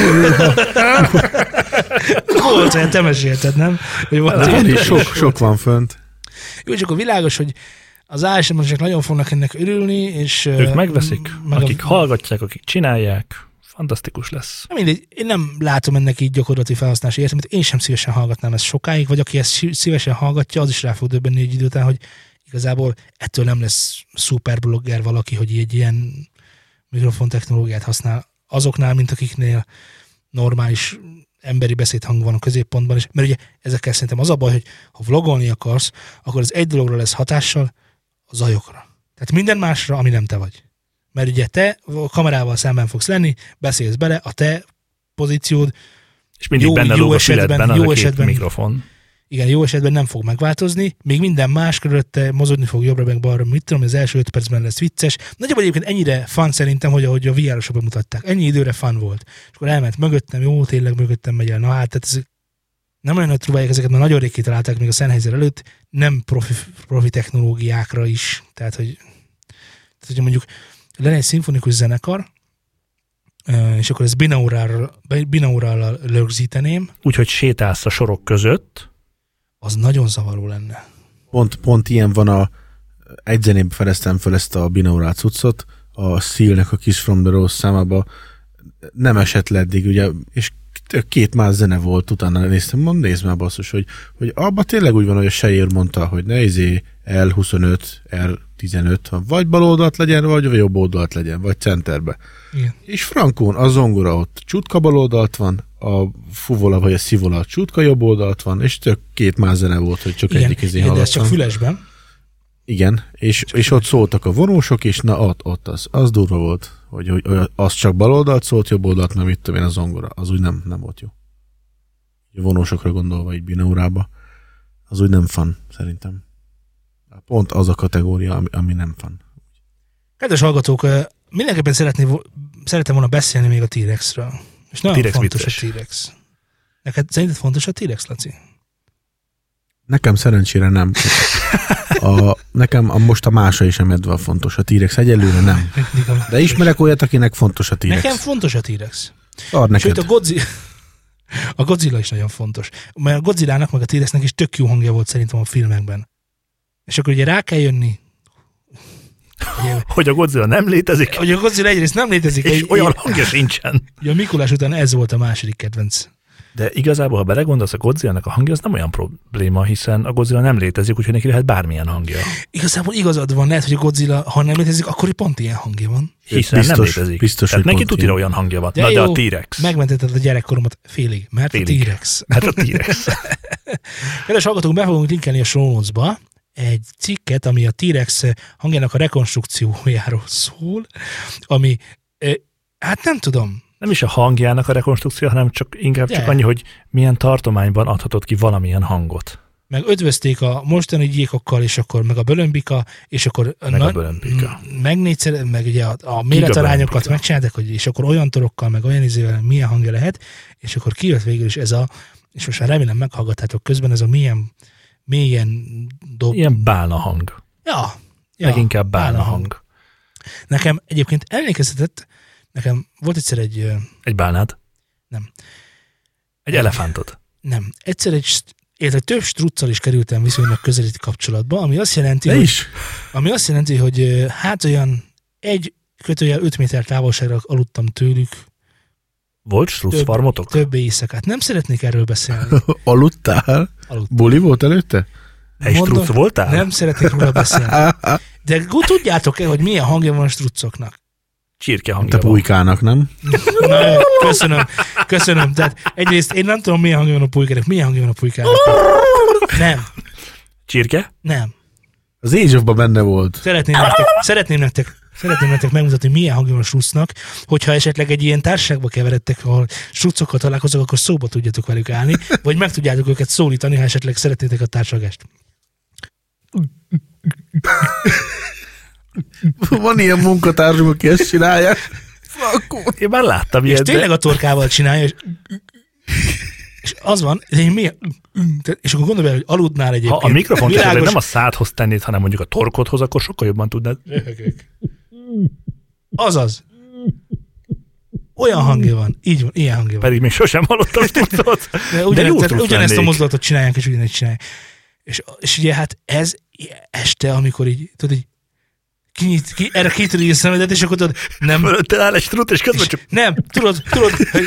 Volt olyan, te mesélted, nem? Sok van fönt. Jó, és akkor világos, hogy az ASMR-esek nagyon fognak ennek örülni, és... Ők megveszik, akik hallgatják, akik csinálják, fantasztikus lesz. Mindegy, én nem látom ennek így gyakorlati felhasználási értelmet, én sem szívesen hallgatnám ezt sokáig, vagy aki ezt szívesen hallgatja, az is rá fog döbbenni egy idő után, hogy igazából ettől nem lesz szuperblogger valaki, hogy egy ilyen mikrofon technológiát használ azoknál, mint akiknél normális emberi beszédhang van a középpontban is. Mert ugye ezekkel szerintem az a baj, hogy ha vlogolni akarsz, akkor az egy dologra lesz hatással, a zajokra. Tehát minden másra, ami nem te vagy. Mert ugye te kamerával szemben fogsz lenni, beszélsz bele, a te pozíciód és mindig benne lóg a füledben az a két mikrofon. Igen, jó esetben nem fog megváltozni, még minden más körülötte mozogni fog jobbra meg balra, mit tudom, az első 5 percben lesz vicces. Nagyjából egyébként ennyire fun szerintem, hogy a VR-osok bemutatták. Ennyi időre fun volt. És akkor elment mögöttem, jó, tényleg mögöttem megy el. Na hát, tehát ez nem olyan nagy próbálják ezeket, mert nagyon rég kitalálták még a Sennheiser előtt, nem profi technológiákra is. Tehát, hogy mondjuk lenne egy szimfonikus zenekar, és akkor ezt binaurallal rögzíteném. Úgyhogy sétálsz a sorok között. Az nagyon zavaró lenne. Pont ilyen van egy zenében fedeztem fel ezt a binaurál cuccot, a Seal-nek a Kiss from the Rose számába nem esett le eddig, ugye, és 2 más zene volt, utána néztem, nézd már basszus, hogy abban tényleg úgy van, hogy a Seyer mondta, hogy ne L25, R15, vagy bal oldalt legyen, vagy jobb oldalt legyen, vagy centerbe. Igen. És frankón a zongora ott csutka bal oldalt van, a fuvola vagy a szivola a csutka jobb oldalt van, és tök 2 más zene volt, hogy csak egyik izé hallottam. De ez csak fülesben. Igen, és ott szóltak a vonósok, és na ott az durva volt, hogy az csak bal oldalt szólt, jobb oldalt, mert mit tudom én, a zongora, az úgy nem volt jó. A vonósokra gondolva így binaurába, az úgy nem fun, szerintem. Pont az a kategória, ami nem fun. Kedves hallgatók, mindenképpen szerettem volna beszélni még a T-Rexről. És nagyon T-Rex fontos vicces. a T-Rex. Neked szerinted fontos a T-Rex, Laci? Nekem szerencsére nem. Nekem most a mása sem medve fontos. A T-Rex egyelőre nem. De ismerek olyat, akinek fontos a T-Rex. Nekem fontos a T-Rex. Sőt, a Godzilla is nagyon fontos. Mert a Godzillának meg a T-Rexnek is tök jó hangja volt szerintem a filmekben. És akkor ugye rá kell jönni, hogy a Godzilla nem létezik. Hogy a Godzilla egyrészt nem létezik. És olyan hangja sincsen. Ugye a Mikulás után ez volt a második kedvenc. De igazából, ha belegondolsz, a Godzilla-nak a hangja az nem olyan probléma, hiszen a Godzilla nem létezik, úgyhogy neki lehet bármilyen hangja. Igazából igazad van, lehet, hogy a Godzilla, ha nem létezik, akkor pont ilyen hangja van. Hiszen nem létezik. Biztos, tehát neki tutira olyan hangja van. De a T-Rex. Megmentetted a gyerekkoromat félig, mert félig. A T-Rex. Mert a T-Rex. Kedves hallgatók, be fogunk linkelni a show notes-ba egy cikket, ami a T-Rex hangjának a rekonstrukciójáról szól, ami, hát nem tudom. Nem is a hangjának a rekonstrukció, hanem inkább csak annyi, hogy milyen tartományban adhatod ki valamilyen hangot. Meg ötvözték a mostani gyíkokkal, és akkor meg a bölömbika, és akkor a bölömbika. Meg meg ugye a méretarányokat megcsinálták, hogy és akkor olyan torokkal, meg olyan izével milyen hangja lehet, és akkor kijött végül is ez és most már remélem meghallgattátok közben, ez a milyen mélyen dob. Ilyen bálna hang. Ja. Leginkább bálna hang. Nekem egyébként emlékeztetett, nekem volt egyszer egy... Egy bálnád? Nem. Egy elefántod? Nem. Egyszer illetve több struccal is kerültem viszonylag közeli kapcsolatba, ami azt jelenti, hogy hát olyan 1-5 méter távolságra aludtam tőlük. Volt struccfarmotok? Több éjszakát. Nem szeretnék erről beszélni. Aludtál? Buli volt előtte? Egy struc voltál? Nem szeretnék róla beszélni. De tudjátok-e, hogy milyen hangja van a struccoknak? Csirke hangja van. Te pulykának, nem? Na, köszönöm. Tehát egyrészt én nem tudom, milyen hangja van a pulykának. Milyen hangja van a pulykának? Nem. Csirke? Nem. Az Age of-ban benne volt. Szeretném nektek megmutatni, milyen hangja van a struccnak, hogyha esetleg egy ilyen társaságba keveredtek, ahol struccokkal találkozok, akkor szóba tudjatok velük állni, vagy meg tudjátok őket szólítani, ha esetleg szeretnétek a társalgást. Van ilyen munkatársunk, aki ezt csinálja. Én már láttam ilyet. És tényleg a torkával csinálja, és az van, és akkor gondolj bele, hogy aludnál egyébként. Ha a mikrofont nem a szádhoz tennéd, hanem mondjuk a torkodhoz, akkor sokkal jobban tudnád. Azaz. Olyan hangja van. Így van, ilyen hangja van. Pedig még sosem hallottam struccot. Ugyanezt a mozdulatot csinálják, és ugyanezt csinálják. És ugye hát ez este, amikor így, tudod, így erre kitörjük a szemedet, és akkor tudod, nem. Te áll egy struc, és közben csak... Nem, tudod, hogy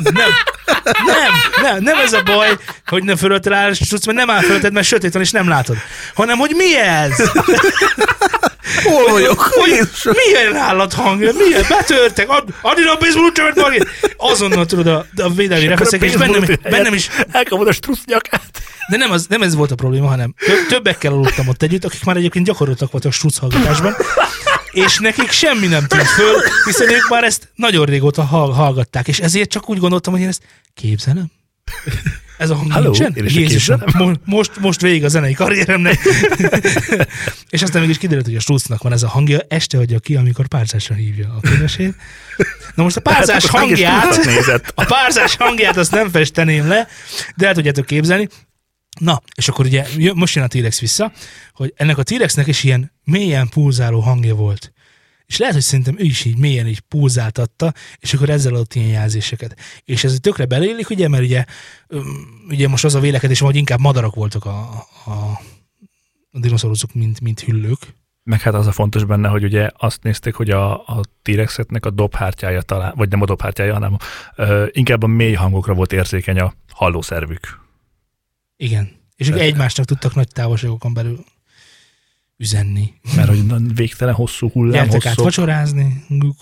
nem ez a baj, hogy nem fölötted áll egy struc, mert nem áll fölötted, mert sötét van, és nem látod. Hanem, hogy mi ez? Hol vagyok? Milyen állathang? Milyen? Betörtek? Add a baseball csövet magét! Azonnal tudod a védelmi reflexek, és bennem is... Elkapod a struc nyakát. De nem ez volt a probléma, hanem többekkel aludtam ott együtt, akik már egyébként gyakoroltak voltak a struc hallgatásban, és nekik semmi nem tűnt föl, hiszen ők már ezt nagyon régóta hallgatták, és ezért csak úgy gondoltam, hogy én ezt képzelem. Ez a hang nincsen? Jézusom, most végig a zenei karrieremnek. És aztán mégis kiderült, hogy a strucnak van ez a hangja, este hagyja ki, amikor párzásra hívja a kedvesét. Na most a párzás hangját azt nem festeném le, de el tudjátok képzelni. Na, és akkor ugye most jön a T-Rex vissza, hogy ennek a T-Rexnek is ilyen mélyen pulzáló hangja volt. És lehet, hogy szerintem ő is így mélyen így pulzáltatta, és akkor ezzel adott ilyen jelzéseket. És ez tökre beleillik, ugye, mert ugye most az a vélekedés, hogy inkább madarak voltak a dinoszauruszok, mint hüllők. Meg hát az a fontos benne, hogy ugye azt nézték, hogy a T-Rexetnek a dobhártyája talán, vagy nem a dobhártyája, hanem inkább a mély hangokra volt érzékeny a hallószervük. Igen. És ők egymásnak tudtak nagy távolságokon belül üzenni. Mert hogy végtelen hosszú hullám, gyertek át vacsorázni.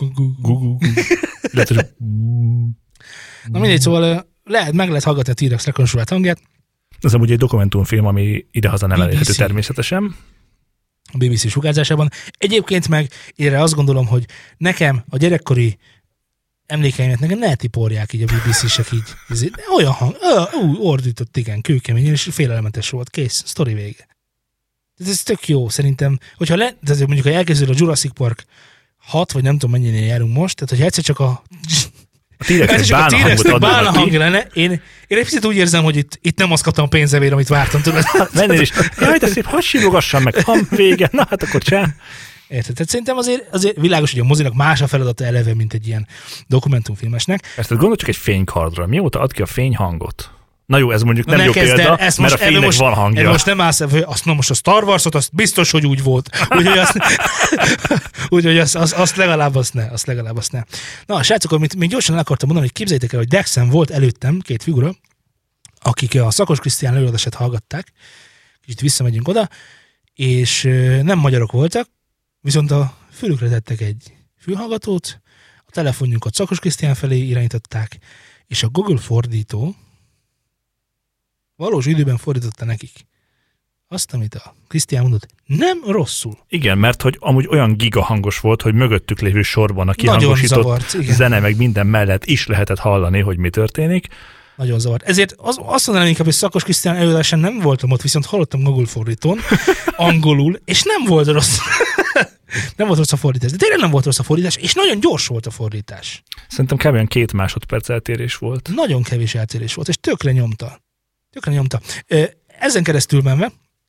Na mindegy, szóval meg lehet hallgatni a T-Rex rekonstruált hangját. Ez amúgy egy dokumentumfilm, ami idehaza nem elérhető természetesen. A BBC sugárzásában. Egyébként meg én azt gondolom, hogy nekem a gyerekkori emlékeimet nekem ne tiporják így a BBC-sek így. Olyan hang, ordított, igen, kőkemény, és félelmetes volt, kész, sztori vége. Ez tök jó, szerintem, hogyha mondjuk, ha elkezdőd a Jurassic Park 6, vagy nem tudom mennyinél járunk most, tehát hogyha egyszer csak a T-Rexnek bálna hangja lenne, én egy picit úgy érzem, hogy itt nem azt kaptam a pénzevére, amit vártam, tudod. Mennél is, jaj, de szép, hadd sírogassam meg, vége, na hát akkor csá. Érted? Tehát szerintem azért világos, hogy a mozinak más a feladata eleve, mint egy ilyen dokumentumfilmesnek. Ezt gondolj csak egy fénykardra. Mióta ad ki a fényhangot? Na jó, ez mondjuk nem jó példa, mert a fénynek van hangja. Most nem állsz, most a Star Wars-ot, azt biztos, hogy úgy volt. Úgyhogy azt legalább azt ne. Na, srácok, amit még gyorsan akartam mondani, hogy képzeljétek el, hogy Dexen volt előttem 2 figura, akik a Szakos Krisztián előadását hallgatták. Kicsit visszamegyünk oda, és nem magyarok voltak, viszont a fülükre tettek egy fülhallgatót, a telefonjukat Szakos Krisztián felé irányították, és a Google fordító valós időben fordította nekik azt, amit a Krisztián mondott, nem rosszul. Igen, mert hogy amúgy olyan gigahangos volt, hogy mögöttük lévő sorban a kihangosított zene meg minden mellett is lehetett hallani, hogy mi történik. Nagyon zavart. Ezért azt mondanám inkább, hogy Szakos Krisztián előadáson nem voltam ott, viszont hallottam Google fordítón, angolul, és nem volt rossz. Nem volt rossz a fordítás. De tényleg nem volt rossz a fordítás, és nagyon gyors volt a fordítás. Szerintem kb. 2 másodperc eltérés volt. Nagyon kevés eltérés volt, és tökre nyomta. Ezen keresztül menve,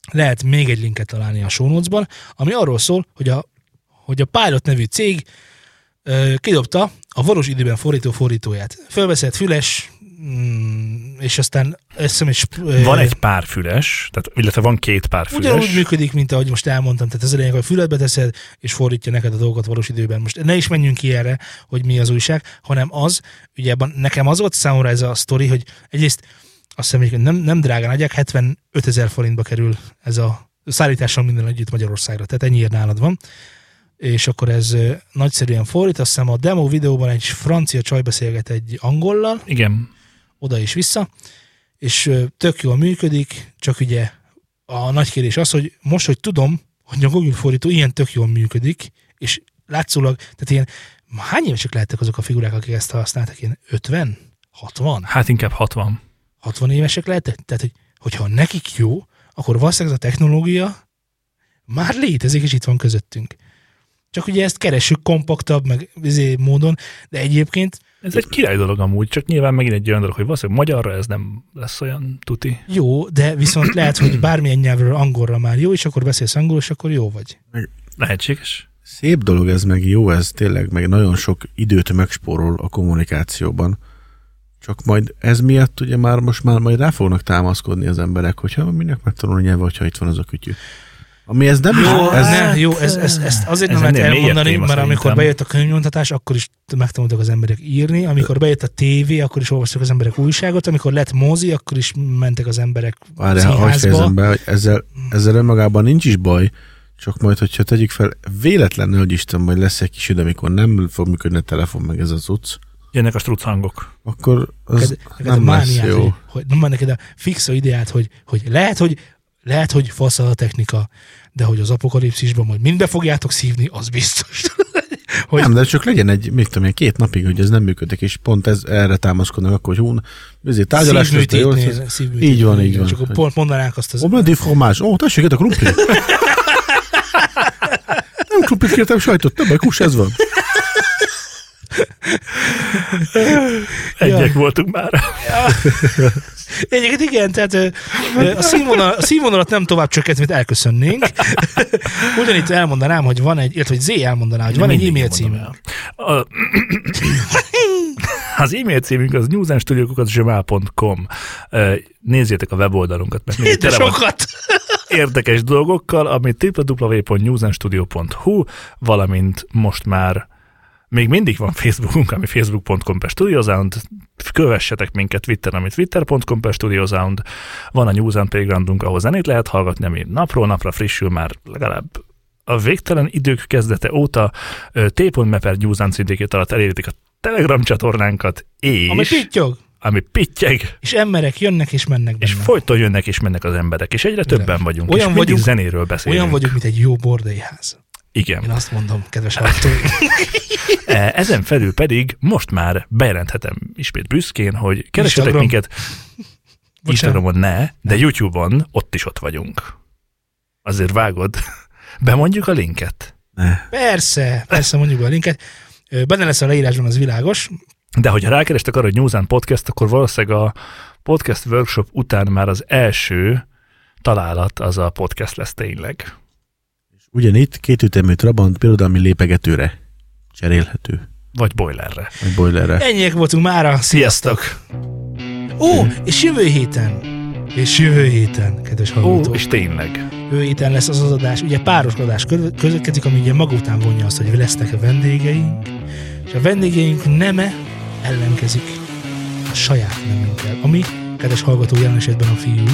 lehet még egy linket találni a show notes-ban, ami arról szól, hogy a Pilot nevű cég kidobta a valós időben fordítóját. Fölveszett füles, és aztán eszem is... Van egy pár füles, tehát, illetve van 2 pár füles. Ugyanúgy működik, mint ahogy most elmondtam, tehát ez a lényeg, hogy füledbe teszed, és fordítja neked a dolgokat valós időben. Most ne is menjünk ki erre, hogy mi az újság, hanem az, ugye nekem az volt számomra ez a sztori, hogy egyrészt azt hiszem, hogy nem drágán adják, 75 000 forintba kerül ez a szállítással minden együtt Magyarországra, tehát ennyiért nálad van. És akkor ez nagyszerűen fordít, azt hiszem a demo videóban egy francia csaj beszélget egy angollal. Igen. Oda és vissza, és tök jól működik, csak ugye a nagy kérdés az, hogy most, hogy tudom, hogy a Google fordító ilyen tök jól működik, és látszólag, tehát ilyen, hány évesek lehettek azok a figurák, akik ezt használtak, ilyen 50? 60? Hát inkább 60. 60 évesek lehettek? Tehát, hogyha nekik jó, akkor valószínűleg ez a technológia már létezik, és itt van közöttünk. Csak ugye ezt keressük kompaktabb, meg módon, de egyébként ez egy király dolog amúgy, csak nyilván megint egy olyan dolog, hogy valószínűleg magyarra ez nem lesz olyan tuti. Jó, de viszont lehet, hogy bármilyen nyelvről angolra már jó, és akkor beszélsz angolul, és akkor jó vagy. Lehetséges. Szép dolog ez, meg jó ez tényleg, meg nagyon sok időt megspórol a kommunikációban. Csak majd ez miatt ugye most már majd rá fognak támaszkodni az emberek, hogyha minek megtanulni nyelve, hogyha itt van az a kütyű. Ami ez nem jó, jó. Ezt azért nem lehet elmondani, mert amikor bejött a könyvnyomtatás, akkor is megtanultak az emberek írni, amikor bejött a tévé, akkor is olvastak az emberek újságot, amikor lett mozi, akkor is mentek az emberek színházba. Hogy ezzel önmagában nincs is baj, csak majd, hogyha tegyük fel, véletlenül, hogy Isten, majd lesz egy kis idő, amikor nem fog működni a telefon, meg ez az utc. Jönnek a struc hangok. Akkor az nem lesz jó. Nem van neked a fixa ideát, hogy lehet, hogy fasz a technika, de hogy az apokalipszisban majd mind be fogjátok szívni, az biztos. Hogy... Nem, de csak legyen egy, még tudom, 2 napig, hogy ez nem működik, és pont erre támaszkodnak, akkor hogy ezért tárgyalás közben jól. Így van. Csak pont mondanánk azt az... Omelette fromage. Tessék, a krumpli. Nem krumplit kértem, sajtot, nem, kus, ez van. Egyek voltunk már. Egyébként igen, tehát a színvonalat nem tovább csökkent, mint elköszönnénk. Ugyanitt elmondanám, hogy van egy, illetve hogy Z elmondaná, hogy van egy e-mail címünk. Az e-mail címünk az newsandstudio@gmail.com. Nézzétek a weboldalunkat, mert még tele van érdekes dolgokkal, ami www.newsandstudio.hu, valamint most már még mindig van Facebookunk, ami facebook.com/studiosound, kövessetek minket Twitteren, ami twitter.com/studiosound, van a News and Playgroundunk, ahol zenét lehet hallgatni, ami napról napra frissül már legalább a végtelen idők kezdete óta, t.me/newsand szintjét alatt eléritek a Telegram csatornánkat, és... Ami pittyeg. És emberek jönnek és mennek benne. És folyton jönnek és mennek az emberek, és egyre többen vagyunk, olyan és mindig zenéről beszélünk. Olyan vagyunk, mint egy jó bordélyház. Igen. Én azt mondom, kedves hallgatóink. Ezen felül pedig most már bejelenthetem ismét büszkén, hogy keressetek minket Instagramon de YouTube-on ott vagyunk. Azért vágod. Bemondjuk a linket? Persze mondjuk be a linket. Benne lesz a leírásban, az világos. De hogyha rákerestek arra, hogy Newsand Podcast, akkor valószínűleg a podcast workshop után már az első találat az a podcast lesz tényleg. Ugyanitt 2 ütemű Trabant birodalmi lépegetőre cserélhető. Vagy boilerre. Ennyiek voltunk mára. Sziasztok! És jövő héten, kedves hallgatók. És tényleg. Jövő héten lesz az adás, ugye páros adás következik, ami ugye maga után vonja azt, hogy lesznek a vendégeink, és a vendégeink neme ellenkezik a saját nemünkkel, ami, kedves hallgató, jelen esetben a fiú.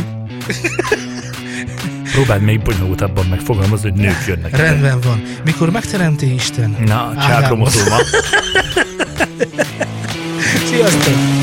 Próbáld még bonyolultabban megfogalmazni, hogy nők jönnek. Rendben van. Mikor megteremti Isten. Na, csákromotulma. Sziasztok!